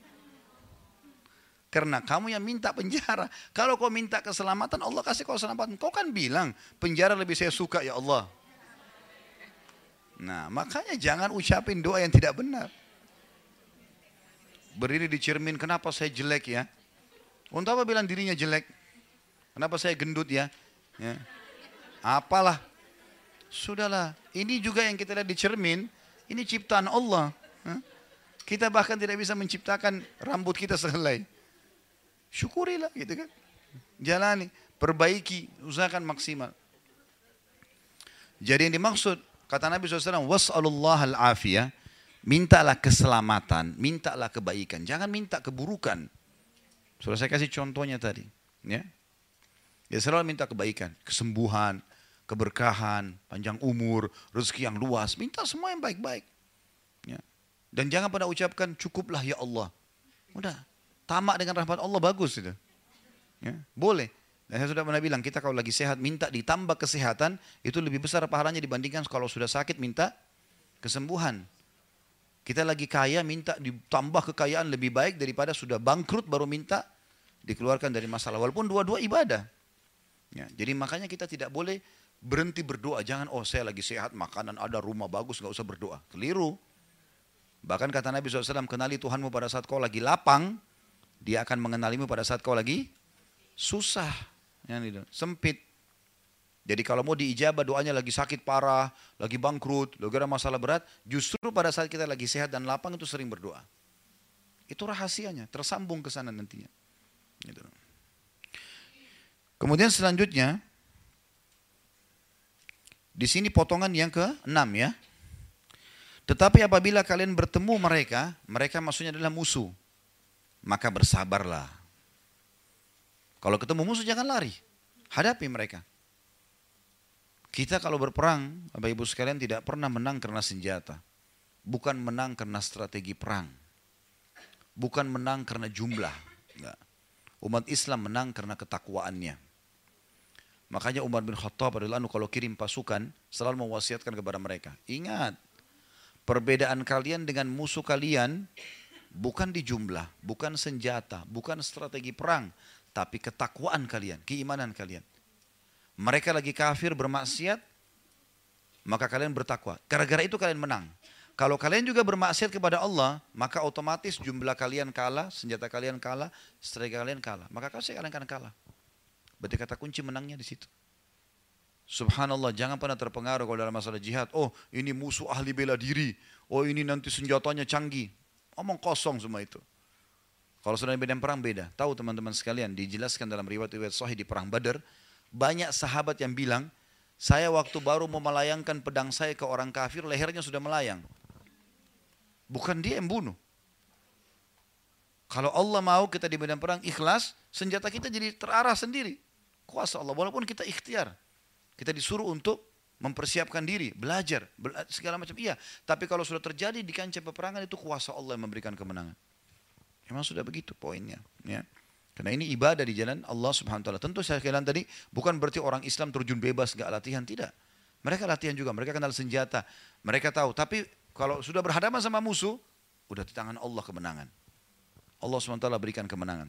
Karena kamu yang minta penjara. Kalau kau minta keselamatan, Allah kasih kau keselamatan. Kau kan bilang, penjara lebih saya suka ya Allah. Nah, makanya jangan ucapin doa yang tidak benar. Berdiri di cermin, kenapa saya jelek ya? Untuk apa bilang dirinya jelek? Kenapa saya gendut ya? Ya. Apalah. Sudahlah, ini juga yang kita lihat di cermin, ini ciptaan Allah. Kita bahkan tidak bisa menciptakan rambut kita sehelai. Syukurilah gitu kan. Jalani, perbaiki, usahakan maksimal. Jadi yang dimaksud, kata Nabi shallallahu alaihi wasallam, was'alullah al-afiyah, mintalah keselamatan, mintalah kebaikan, jangan minta keburukan. Sudah saya kasih contohnya tadi. Ya, ya selalu minta kebaikan, kesembuhan, keberkahan, panjang umur, rezeki yang luas, minta semua yang baik-baik. Dan jangan pernah ucapkan cukuplah ya Allah. Udah, tamak dengan rahmat Allah bagus itu. Ya, boleh. Dan saya sudah pernah bilang, kita kalau lagi sehat minta ditambah kesehatan, itu lebih besar pahalanya dibandingkan kalau sudah sakit minta kesembuhan. Kita lagi kaya minta ditambah kekayaan lebih baik daripada sudah bangkrut baru minta dikeluarkan dari masalah. Walaupun dua-dua ibadah. Ya, jadi makanya kita tidak boleh berhenti berdoa. Jangan, oh saya lagi sehat, makanan ada, rumah bagus, gak usah berdoa. Keliru. Bahkan kata Nabi shallallahu alaihi wasallam, kenali Tuhanmu pada saat kau lagi lapang, dia akan mengenalimu pada saat kau lagi susah, yang sempit. Jadi kalau mau diijabah doanya lagi sakit parah, lagi bangkrut, lagi ada masalah berat, justru pada saat kita lagi sehat dan lapang itu sering berdoa. Itu rahasianya, tersambung ke sana nantinya. Gitu. Kemudian selanjutnya, di sini potongan yang keenam ya. Tetapi apabila kalian bertemu mereka, mereka maksudnya adalah musuh, maka bersabarlah. Kalau ketemu musuh jangan lari, hadapi mereka. Kita kalau berperang, Bapak Ibu sekalian tidak pernah menang karena senjata. Bukan menang karena strategi perang. Bukan menang karena jumlah. Enggak. Umat Islam menang karena ketakwaannya. Makanya Umar bin Khattab radhiyallahu anhu kalau kirim pasukan selalu mewasiatkan kepada mereka. Ingat, perbedaan kalian dengan musuh kalian bukan di jumlah, bukan senjata, bukan strategi perang. Tapi ketakwaan kalian, keimanan kalian. Mereka lagi kafir bermaksiat, maka kalian bertakwa. Gara-gara itu kalian menang. Kalau kalian juga bermaksiat kepada Allah, maka otomatis jumlah kalian kalah, senjata kalian kalah, strategi kalian kalah. Maka kalian akan kalah. Berarti kata kunci menangnya di situ. Subhanallah, jangan pernah terpengaruh kalau dalam masalah jihad. Oh, ini musuh ahli bela diri. Oh, ini nanti senjatanya canggih. Omong kosong semua itu. Kalau sudah beda perang beda. Tahu teman-teman sekalian, dijelaskan dalam riwayat-riwayat sahih di perang Badar. Banyak sahabat yang bilang, saya waktu baru mau melayangkan pedang saya ke orang kafir, lehernya sudah melayang. Bukan dia yang bunuh. Kalau Allah mau kita di medan perang ikhlas, senjata kita jadi terarah sendiri. Kuasa Allah, walaupun kita ikhtiar. Kita disuruh untuk mempersiapkan diri, belajar, bela segala macam. Iya, tapi kalau sudah terjadi di kancah peperangan itu kuasa Allah yang memberikan kemenangan. Memang sudah begitu poinnya. Ya. Karena ini ibadah di jalan Allah subhanahu wa ta'ala. Tentu saya katakan tadi, bukan berarti orang Islam terjun bebas, gak latihan, tidak. Mereka latihan juga, mereka kenal senjata. Mereka tahu, tapi kalau sudah berhadapan sama musuh, udah di tangan Allah kemenangan. Allah subhanahu wa ta'ala berikan kemenangan.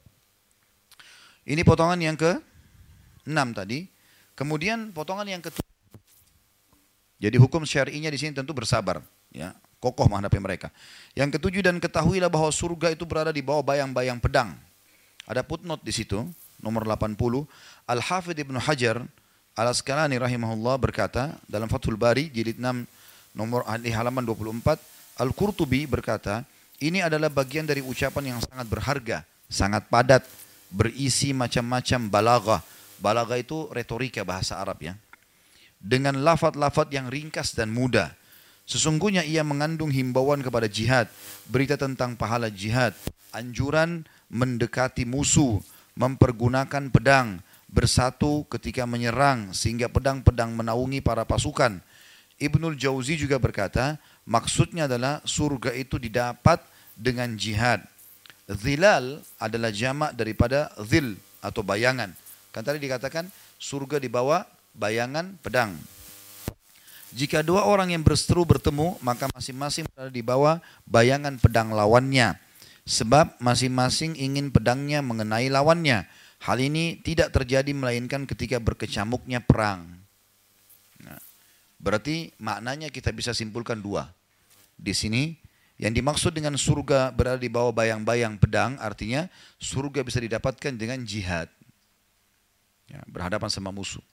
Ini potongan yang ke enam tadi. Kemudian potongan yang ketujuh. Jadi hukum syar'inya di sini tentu bersabar. Ya, kokoh menghadapi mereka. Yang ketujuh, dan ketahuilah bahwa surga itu berada di bawah bayang-bayang pedang. Ada footnote di situ, nomor delapan puluh. Al-Hafidh Ibnu Hajar Al-Asqalani rahimahullah berkata dalam Fathul Bari jilid enam nomor di halaman dua puluh empat, Al-Qurtubi berkata, ini adalah bagian dari ucapan yang sangat berharga, sangat padat, berisi macam-macam balaghah. Balaghah itu retorika bahasa Arab ya. Dengan lafaz-lafaz yang ringkas dan mudah. Sesungguhnya ia mengandung himbauan kepada jihad, berita tentang pahala jihad, anjuran mendekati musuh, mempergunakan pedang, bersatu ketika menyerang sehingga pedang-pedang menaungi para pasukan. Ibnul Jauzi juga berkata, maksudnya adalah surga itu didapat dengan jihad. Zilal adalah jamak daripada zil atau bayangan. Kan tadi dikatakan surga di bawah bayangan pedang. Jika dua orang yang berseteru bertemu, maka masing-masing berada di bawah bayangan pedang lawannya. Sebab masing-masing ingin pedangnya mengenai lawannya. Hal ini tidak terjadi melainkan ketika berkecamuknya perang. Nah, berarti maknanya kita bisa simpulkan dua. Di sini yang dimaksud dengan surga berada di bawah bayang-bayang pedang, artinya surga bisa didapatkan dengan jihad. Ya, berhadapan sama musuh.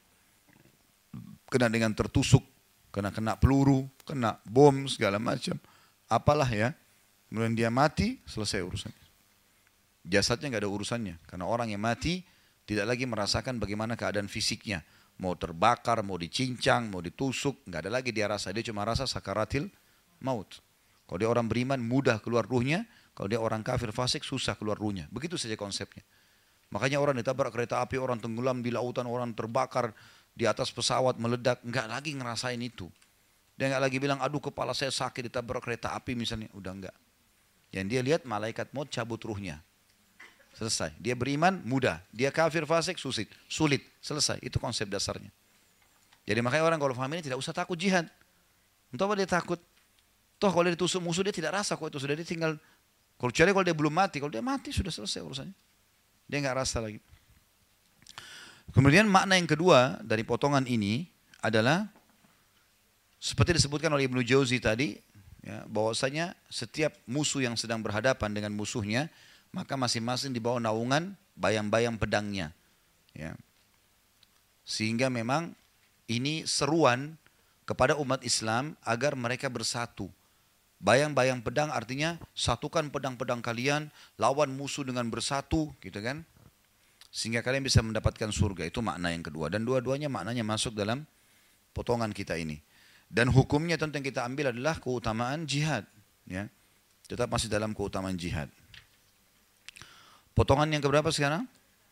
Kena dengan tertusuk, kena kena peluru, kena bom segala macam. Apalah ya. Kemudian dia mati, selesai urusannya. Jasadnya nggak ada urusannya. Karena orang yang mati tidak lagi merasakan bagaimana keadaan fisiknya. Mau terbakar, mau dicincang, mau ditusuk, nggak ada lagi dia rasa. Dia cuma rasa sakaratil maut. Kalau dia orang beriman, mudah keluar ruhnya. Kalau dia orang kafir fasik, susah keluar ruhnya. Begitu saja konsepnya. Makanya orang ditabrak kereta api, orang tenggelam di lautan, orang terbakar di atas pesawat meledak, nggak lagi ngerasain itu. Dia nggak lagi bilang, aduh kepala saya sakit ditabrak kereta api misalnya. Udah enggak. Yang dia lihat malaikat maut cabut ruhnya. Selesai. Dia beriman, mudah. Dia kafir, fasik, sulit. Sulit. Selesai. Itu konsep dasarnya. Jadi makanya orang kalau paham ini tidak usah takut jihad. Entah apa dia takut. Toh kalau dia ditusuk musuh dia tidak rasa kok itu. Sudah dia tinggal. Kecuali kalau dia belum mati. Kalau dia mati sudah selesai urusannya. Dia nggak rasa lagi. Kemudian makna yang kedua dari potongan ini adalah seperti disebutkan oleh Ibnu Jauzi tadi, ya, bahwasanya setiap musuh yang sedang berhadapan dengan musuhnya, maka masing-masing di bawah naungan bayang-bayang pedangnya. Ya. Sehingga memang ini seruan kepada umat Islam agar mereka bersatu. Bayang-bayang pedang artinya satukan pedang-pedang kalian, lawan musuh dengan bersatu, gitu kan? Sehingga kalian bisa mendapatkan surga. Itu makna yang kedua. Dan dua-duanya maknanya masuk dalam potongan kita ini. Dan hukumnya tentu yang kita ambil adalah keutamaan jihad. Ya. Tetap masih dalam keutamaan jihad. Potongan yang keberapa sekarang?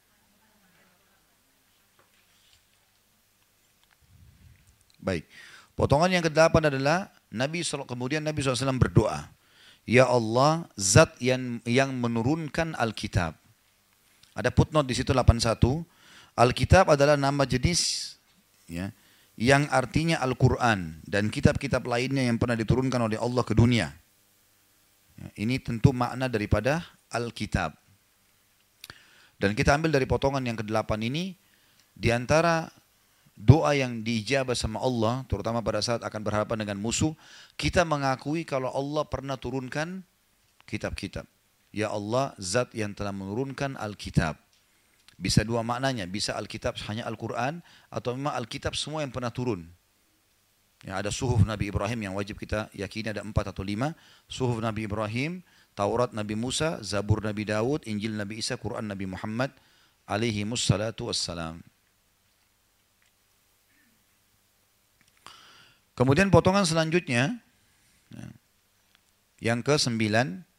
Baik. Potongan yang kedelapan adalah Nabi kemudian Nabi shallallahu alaihi wasallam berdoa. Ya Allah, zat yang, yang menurunkan Alkitab. Ada footnote di situ delapan puluh satu. Alkitab adalah nama jenis, ya, yang artinya Al-Quran dan kitab-kitab lainnya yang pernah diturunkan oleh Allah ke dunia. Ya, ini tentu makna daripada Alkitab. Dan kita ambil dari potongan yang kedelapan ini, di antara doa yang diijabah sama Allah, terutama pada saat akan berhadapan dengan musuh, kita mengakui kalau Allah pernah turunkan kitab-kitab. Ya Allah, zat yang telah menurunkan Alkitab. Bisa dua maknanya, bisa Alkitab hanya Al-Quran, atau memang Alkitab semua yang pernah turun. Ya, ada suhuf Nabi Ibrahim yang wajib kita yakini, ada empat atau lima. Suhuf Nabi Ibrahim, Taurat Nabi Musa, Zabur Nabi Daud, Injil Nabi Isa, Quran Nabi Muhammad, alaihi mussalatu wassalam. Kemudian potongan selanjutnya, yang ke sembilan,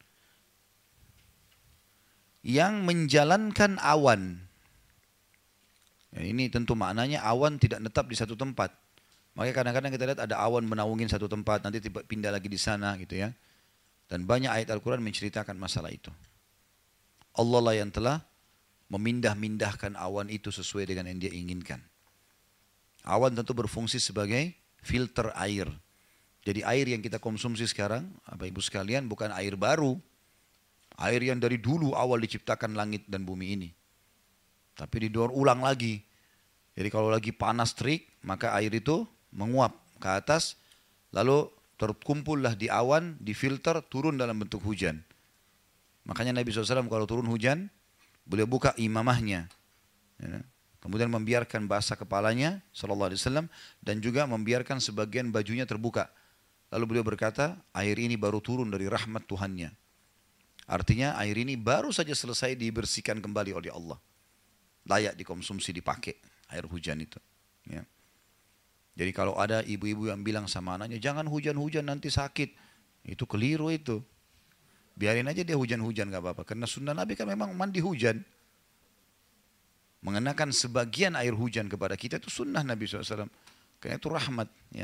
yang menjalankan awan. Ya, ini tentu maknanya awan tidak tetap di satu tempat. Makanya kadang-kadang kita lihat ada awan menaungin satu tempat, nanti tiba pindah lagi di sana gitu ya. Dan banyak ayat Al-Quran menceritakan masalah itu. Allah lah yang telah memindah-mindahkan awan itu sesuai dengan yang dia inginkan. Awan tentu berfungsi sebagai filter air. Jadi air yang kita konsumsi sekarang, Bapak Ibu sekalian, bukan air baru. Air yang dari dulu awal diciptakan langit dan bumi ini. Tapi didaur ulang lagi. Jadi kalau lagi panas terik, maka air itu menguap ke atas, lalu terkumpullah di awan, difilter, turun dalam bentuk hujan. Makanya Nabi shallallahu alaihi wasallam kalau turun hujan, beliau buka imamahnya. Ya. Kemudian membiarkan basah kepalanya, sallallahu alaihi wasallam, dan juga membiarkan sebagian bajunya terbuka. Lalu beliau berkata, air ini baru turun dari rahmat Tuhannya. Artinya air ini baru saja selesai dibersihkan kembali oleh Allah. Layak dikonsumsi, dipakai air hujan itu. Ya. Jadi kalau ada ibu-ibu yang bilang sama anaknya, jangan hujan-hujan nanti sakit. Itu keliru itu. Biarin aja dia hujan-hujan gak apa-apa. Karena sunnah Nabi kan memang mandi hujan. Mengenakan sebagian air hujan kepada kita itu sunnah Nabi shallallahu alaihi wasallam. Karena itu rahmat. Ya.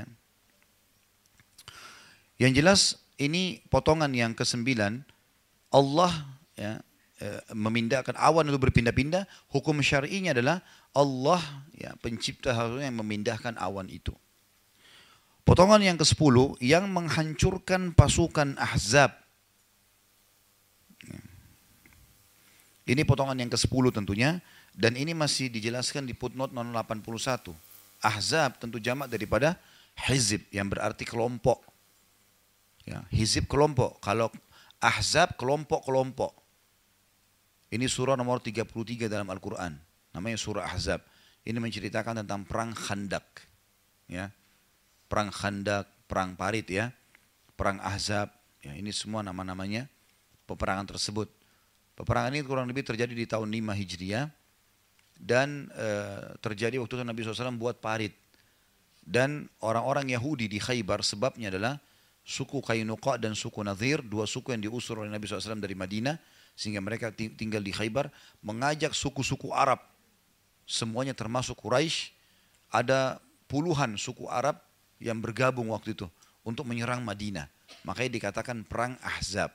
Yang jelas ini potongan yang kesembilan. Allah ya, e, memindahkan awan itu berpindah-pindah. Hukum syar'inya adalah Allah ya, pencipta yang memindahkan awan itu. Potongan yang kesepuluh, yang menghancurkan pasukan Ahzab. Ini potongan yang kesepuluh tentunya. Dan ini masih dijelaskan di footnote nomor delapan puluh satu. Ahzab tentu jamak daripada hizib yang berarti kelompok. Ya, hizib kelompok. Kalau Ahzab kelompok-kelompok. Ini surah nomor tiga puluh tiga dalam Al-Quran. Namanya surah Ahzab. Ini menceritakan tentang perang Khandak. Ya. Perang Khandak, perang Parit ya. Perang Ahzab. Ya, ini semua nama-namanya peperangan tersebut. Peperangan ini kurang lebih terjadi di tahun lima Hijriah. Dan e, terjadi waktu itu Nabi shallallahu alaihi wasallam buat parit. Dan orang-orang Yahudi di Khaybar sebabnya adalah suku Qainuqa dan suku Nadhir, dua suku yang diusir oleh Nabi shallallahu alaihi wasallam dari Madinah, sehingga mereka tinggal di Khaybar, mengajak suku-suku Arab, semuanya termasuk Quraisy, ada puluhan suku Arab yang bergabung waktu itu untuk menyerang Madinah. Makanya dikatakan perang Ahzab.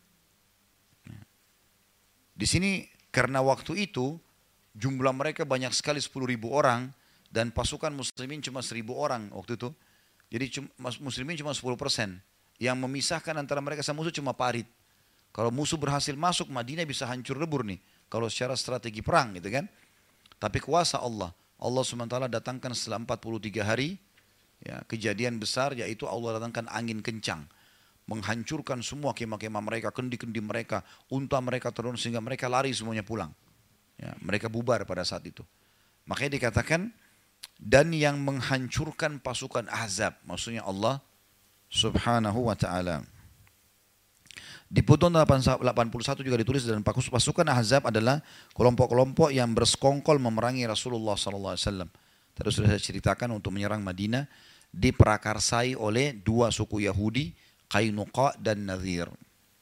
Di sini karena waktu itu jumlah mereka banyak sekali sepuluh ribu orang dan pasukan muslimin cuma seribu orang waktu itu. Jadi muslimin cuma sepuluh persen. Yang memisahkan antara mereka sama musuh cuma parit. Kalau musuh berhasil masuk, Madinah bisa hancur lebur nih. Kalau secara strategi perang gitu kan. Tapi kuasa Allah. Allah subhanahu wa taala datangkan setelah empat puluh tiga hari. Ya, kejadian besar yaitu Allah datangkan angin kencang. Menghancurkan semua kemah-kemah mereka, kendi-kendi mereka, unta mereka turun sehingga mereka lari semuanya pulang. Ya, mereka bubar pada saat itu. Makanya dikatakan, dan yang menghancurkan pasukan Ahzab. Maksudnya Allah subhanahu wa ta'ala. Di Putun delapan puluh satu juga ditulis, dan pasukan Ahzab adalah kelompok-kelompok yang bersekongkol memerangi Rasulullah sallallahu alaihi wasallam. Tadi sudah saya ceritakan untuk menyerang Madinah, diperakarsai oleh dua suku Yahudi, Qainuqa dan Nadhir,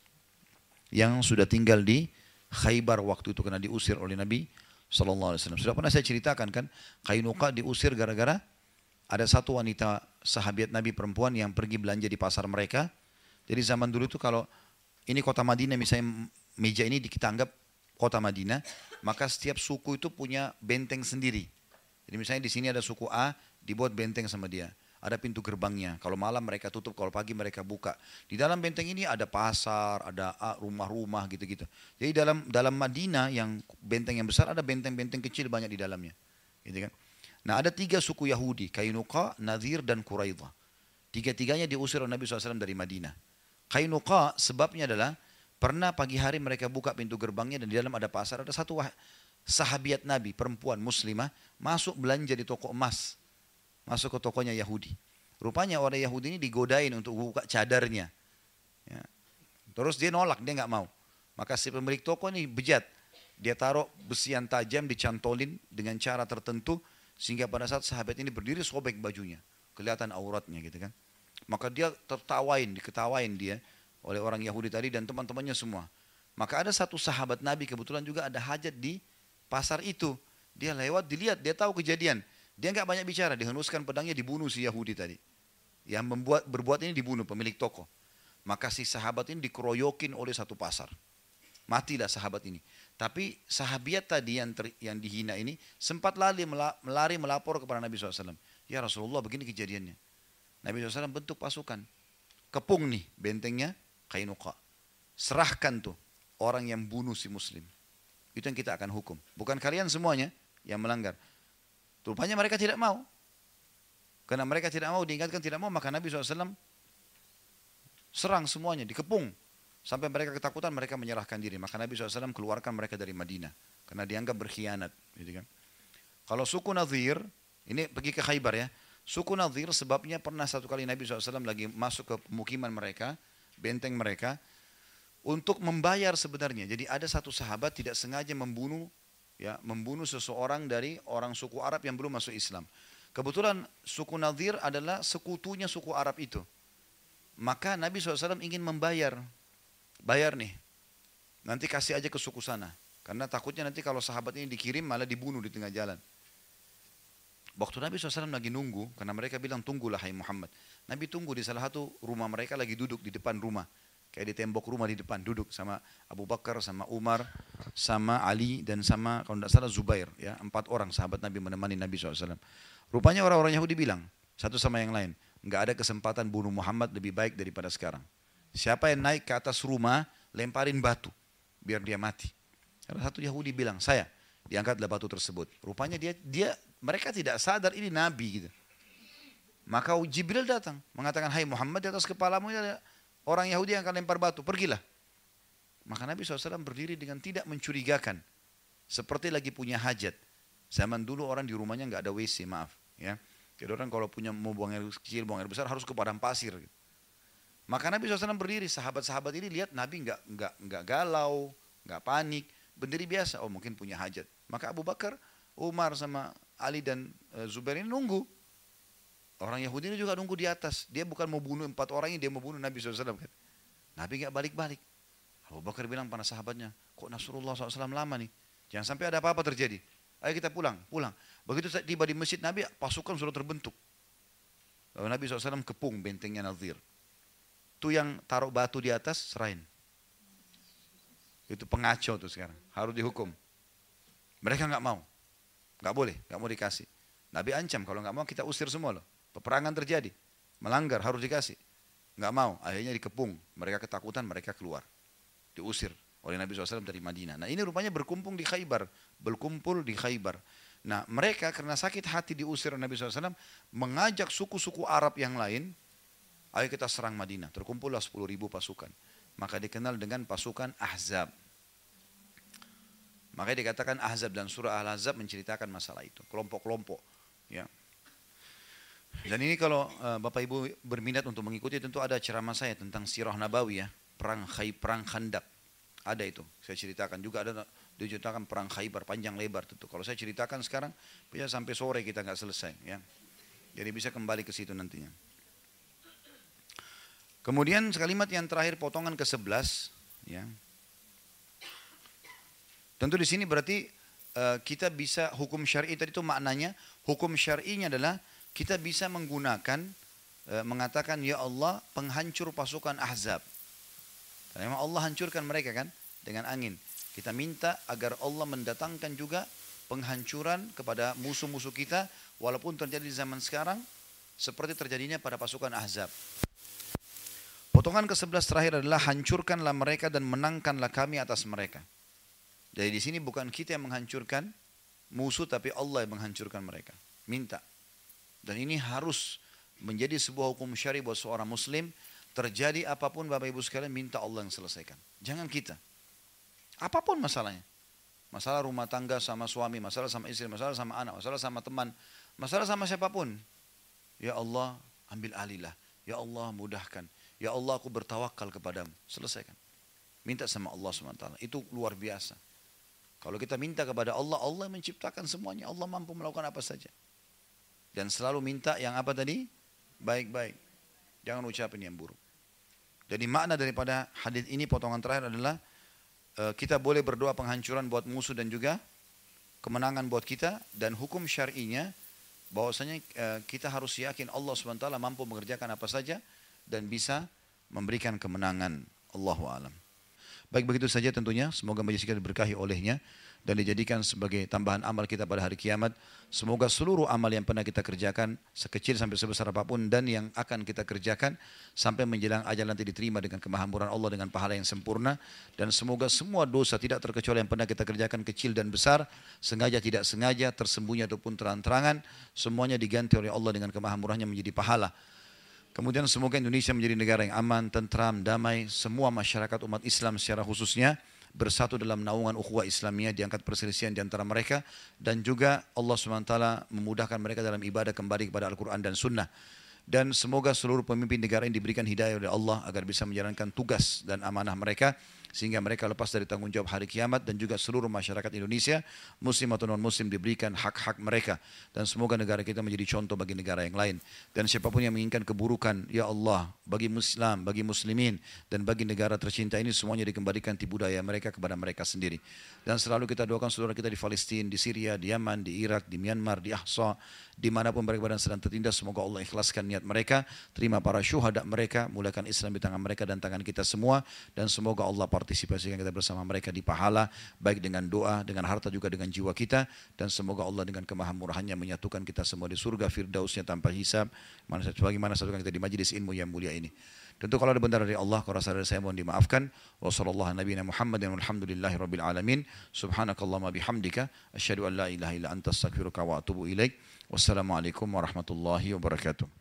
yang sudah tinggal di Khaybar waktu itu karena diusir oleh Nabi sallallahu alaihi wasallam. Sudah pernah saya ceritakan kan, Qainuqa diusir gara-gara ada satu wanita sahabat Nabi perempuan yang pergi belanja di pasar mereka. Jadi zaman dulu itu kalau ini kota Madinah, misalnya meja ini kita anggap kota Madinah, maka setiap suku itu punya benteng sendiri. Jadi misalnya di sini ada suku A, dibuat benteng sama dia. Ada pintu gerbangnya. Kalau malam mereka tutup, kalau pagi mereka buka. Di dalam benteng ini ada pasar, ada rumah-rumah gitu-gitu. Jadi dalam dalam Madinah yang benteng yang besar ada benteng-benteng kecil banyak di dalamnya. Gitu kan? Nah ada tiga suku Yahudi, Qainuqa, Nadhir dan Quraidah. Tiga-tiganya diusir oleh Nabi shallallahu alaihi wasallam dari Madinah. Qainuqa sebabnya adalah pernah pagi hari mereka buka pintu gerbangnya dan di dalam ada pasar. Ada satu sahabiat Nabi, perempuan muslimah, masuk belanja di toko emas. Masuk ke tokonya Yahudi. Rupanya orang Yahudi ini digodain untuk buka cadarnya. Ya. Terus dia nolak, dia nggak mau. Maka si pemilik toko ini bejat. Dia taruh besian tajam dicantolin dengan cara tertentu. Sehingga pada saat sahabat ini berdiri sobek bajunya. Kelihatan auratnya gitu kan. Maka dia tertawain, diketawain dia oleh orang Yahudi tadi dan teman-temannya semua. Maka ada satu sahabat Nabi kebetulan juga ada hajat di pasar itu. Dia lewat, dilihat, dia tahu kejadian. Dia nggak banyak bicara, dihunuskan pedangnya, dibunuh si Yahudi tadi. Yang membuat berbuat ini dibunuh pemilik toko. Maka si sahabat ini dikeroyokin oleh satu pasar. Matilah sahabat ini. Tapi sahabiat tadi yang, ter, yang dihina ini sempat lari, melari melapor kepada Nabi shallallahu alaihi wasallam. Ya Rasulullah, begini kejadiannya. Nabi shallallahu alaihi wasallam bentuk pasukan. Kepung nih bentengnya Qainuqa. Serahkan tuh orang yang bunuh si muslim. Itu yang kita akan hukum. Bukan kalian semuanya yang melanggar. Rupanya mereka tidak mau. Karena mereka tidak mau, diingatkan tidak mau, maka Nabi shallallahu alaihi wasallam serang semuanya, dikepung. Sampai mereka ketakutan, mereka menyerahkan diri. Maka Nabi shallallahu alaihi wasallam keluarkan mereka dari Madinah. Karena dianggap berkhianat. Gitu kan. Kalau suku Nadhir, ini pergi ke Khaybar ya. Suku Nadhir sebabnya pernah satu kali Nabi shallallahu alaihi wasallam lagi masuk ke pemukiman mereka, benteng mereka, untuk membayar sebenarnya. Jadi ada satu sahabat tidak sengaja membunuh, ya, membunuh seseorang dari orang suku Arab yang belum masuk Islam. Kebetulan suku Nadhir adalah sekutunya suku Arab itu. Maka Nabi shallallahu alaihi wasallam ingin membayar. Bayar nih, nanti kasih aja ke suku sana. Karena takutnya nanti kalau sahabat ini dikirim malah dibunuh di tengah jalan. Waktu Nabi shallallahu alaihi wasallam lagi nunggu, karena mereka bilang tunggulah hai Muhammad. Nabi tunggu di salah satu rumah mereka lagi duduk di depan rumah. Kayak di tembok rumah di depan duduk sama Abu Bakar, sama Umar, sama Ali dan sama kalau tidak salah Zubair. Ya, empat orang sahabat Nabi menemani Nabi shallallahu alaihi wasallam. Rupanya orang-orang Yahudi bilang satu sama yang lain, nggak ada kesempatan bunuh Muhammad lebih baik daripada sekarang. Siapa yang naik ke atas rumah, lemparin batu biar dia mati. Ada satu Yahudi bilang, saya. Diangkatlah batu tersebut. Rupanya dia dia mereka tidak sadar ini Nabi gitu. Maka Jibril datang mengatakan, hai Muhammad, di atas kepalamu ada orang Yahudi yang akan lempar batu, pergilah. Maka Nabi shallallahu alaihi wasallam berdiri dengan tidak mencurigakan, seperti lagi punya hajat. Zaman dulu orang di rumahnya nggak ada W C, maaf ya. Jadi orang kalau punya mau buang air kecil, buang air besar harus ke padang pasir gitu. Maka Nabi shallallahu alaihi wasallam berdiri, sahabat-sahabat ini lihat Nabi nggak nggak nggak galau, nggak panik, berdiri biasa. Oh mungkin punya hajat. Maka Abu Bakar, Umar sama Ali dan e, Zubair ini nunggu. Orang Yahudi ini juga nunggu di atas. Dia bukan mau bunuh empat orang ini, dia mau bunuh Nabi shallallahu alaihi wasallam. Kan? Nabi nggak balik-balik. Abu Bakar bilang pada sahabatnya, kok Nasrullah shallallahu alaihi wasallam lama nih? Jangan sampai ada apa-apa terjadi. Ayo kita pulang, pulang. Begitu tiba di masjid Nabi, pasukan sudah terbentuk. Lalu Nabi shallallahu alaihi wasallam kepung bentengnya Nadir. Itu yang taruh batu di atas, serahin. Itu pengacau tuh sekarang, harus dihukum. Mereka nggak mau, nggak boleh, nggak mau dikasih. Nabi ancam kalau nggak mau kita usir semua loh. Peperangan terjadi, melanggar harus dikasih. Nggak mau, akhirnya dikepung. Mereka ketakutan, mereka keluar, diusir oleh Nabi shallallahu alaihi wasallam dari Madinah. Nah ini rupanya berkumpul di Khaybar, berkumpul di Khaybar. Nah mereka karena sakit hati diusir oleh Nabi shallallahu alaihi wasallam, mengajak suku-suku Arab yang lain, ayo kita serang Madinah. Terkumpullah sepuluh ribu pasukan. Maka dikenal dengan pasukan Ahzab. Makanya dikatakan Ahzab, dan surah Al-Ahzab menceritakan masalah itu. Kelompok-kelompok. Ya. Dan ini kalau uh, Bapak Ibu berminat untuk mengikuti, tentu ada ceramah saya tentang Sirah Nabawi ya. Perang Khay, perang Khandak. Ada itu. Saya ceritakan juga, ada diceritakan perang Khaybar panjang lebar tentu. Kalau saya ceritakan sekarang, bisa sampai sore kita nggak selesai. Ya. Jadi bisa kembali ke situ nantinya. Kemudian kalimat yang terakhir potongan ke sebelas, ya. Tentu di sini berarti uh, kita bisa hukum syar'i tadi itu maknanya, hukum syar'inya adalah kita bisa menggunakan uh, mengatakan ya Allah penghancur pasukan Ahzab. Karena memang Allah hancurkan mereka kan dengan angin. Kita minta agar Allah mendatangkan juga penghancuran kepada musuh-musuh kita walaupun terjadi di zaman sekarang seperti terjadinya pada pasukan Ahzab. Potongan ke sebelas terakhir adalah hancurkanlah mereka dan menangkanlah kami atas mereka. Jadi di sini bukan kita yang menghancurkan musuh, tapi Allah yang menghancurkan mereka. Minta. Dan ini harus menjadi sebuah hukum syar'i buat seorang muslim. Terjadi apapun Bapak Ibu sekalian, minta Allah yang selesaikan. Jangan kita. Apapun masalahnya. Masalah rumah tangga sama suami, masalah sama istri, masalah sama anak, masalah sama teman, masalah sama siapapun. Ya Allah, ambil alihlah. Ya Allah, mudahkan. Ya Allah, aku bertawakal kepadamu. Selesaikan. Minta sama Allah subhanahu wa taala. Itu luar biasa. Kalau kita minta kepada Allah, Allah menciptakan semuanya. Allah mampu melakukan apa saja. Dan selalu minta yang apa tadi? Baik-baik. Jangan ucapin yang buruk. Jadi makna daripada hadis ini potongan terakhir adalah uh, kita boleh berdoa penghancuran buat musuh dan juga kemenangan buat kita. Dan hukum syar'inya bahwasanya uh, kita harus yakin Allah subhanahu wa taala mampu mengerjakan apa saja dan bisa memberikan kemenangan. Allahu a'lam. Baik, begitu saja tentunya. Semoga majelis kita diberkahi olehnya dan dijadikan sebagai tambahan amal kita pada hari kiamat. Semoga seluruh amal yang pernah kita kerjakan, sekecil sampai sebesar apapun, dan yang akan kita kerjakan sampai menjelang ajal nanti diterima dengan kemahamuran Allah dengan pahala yang sempurna. Dan semoga semua dosa tidak terkecuali yang pernah kita kerjakan kecil dan besar, sengaja tidak sengaja, tersembunyi ataupun terang-terangan, semuanya diganti oleh Allah dengan kemahamurannya menjadi pahala. Kemudian semoga Indonesia menjadi negara yang aman, tentram, damai. Semua masyarakat umat Islam secara khususnya bersatu dalam naungan ukhuwah Islamiyah, diangkat perselisihan di antara mereka. Dan juga Allah subhanahu wa taala memudahkan mereka dalam ibadah kembali kepada Al-Quran dan Sunnah. Dan semoga seluruh pemimpin negara ini diberikan hidayah oleh Allah agar bisa menjalankan tugas dan amanah mereka, sehingga mereka lepas dari tanggung jawab hari kiamat. Dan juga seluruh masyarakat Indonesia, muslim atau non muslim, diberikan hak-hak mereka. Dan semoga negara kita menjadi contoh bagi negara yang lain. Dan siapapun yang menginginkan keburukan, ya Allah, bagi Islam, bagi muslimin, dan bagi negara tercinta ini, semuanya dikembalikan di budaya mereka kepada mereka sendiri. Dan selalu kita doakan saudara kita di Palestina, di Syria, di Yaman, di Irak, di Myanmar, di Ahsa, dimanapun mereka berada sedang tertindas. Semoga Allah ikhlaskan niat mereka, terima para syuhada mereka, mulakan Islam di tangan mereka dan tangan kita semua. Dan semoga Allah partisipasikan kita bersama mereka di pahala, baik dengan doa, dengan harta, juga dengan jiwa kita. Dan semoga Allah dengan kemahamurahannya menyatukan kita semua di surga firdausnya tanpa hisab, sebagaimana satukan kita di majlis ilmu yang mulia ini. Tentu kalau ada benar dari Allah, kalau rasa dari saya mohon dimaafkan. Wassallallahu nabiyana Muhammadin walhamdulillahi rabbil alamin. Subhanakallahumma bihamdika asyhadu an la ilaha illa anta astaghfiruka wa atubu ilaik. Wassalamualaikum warahmatullahi wabarakatuh.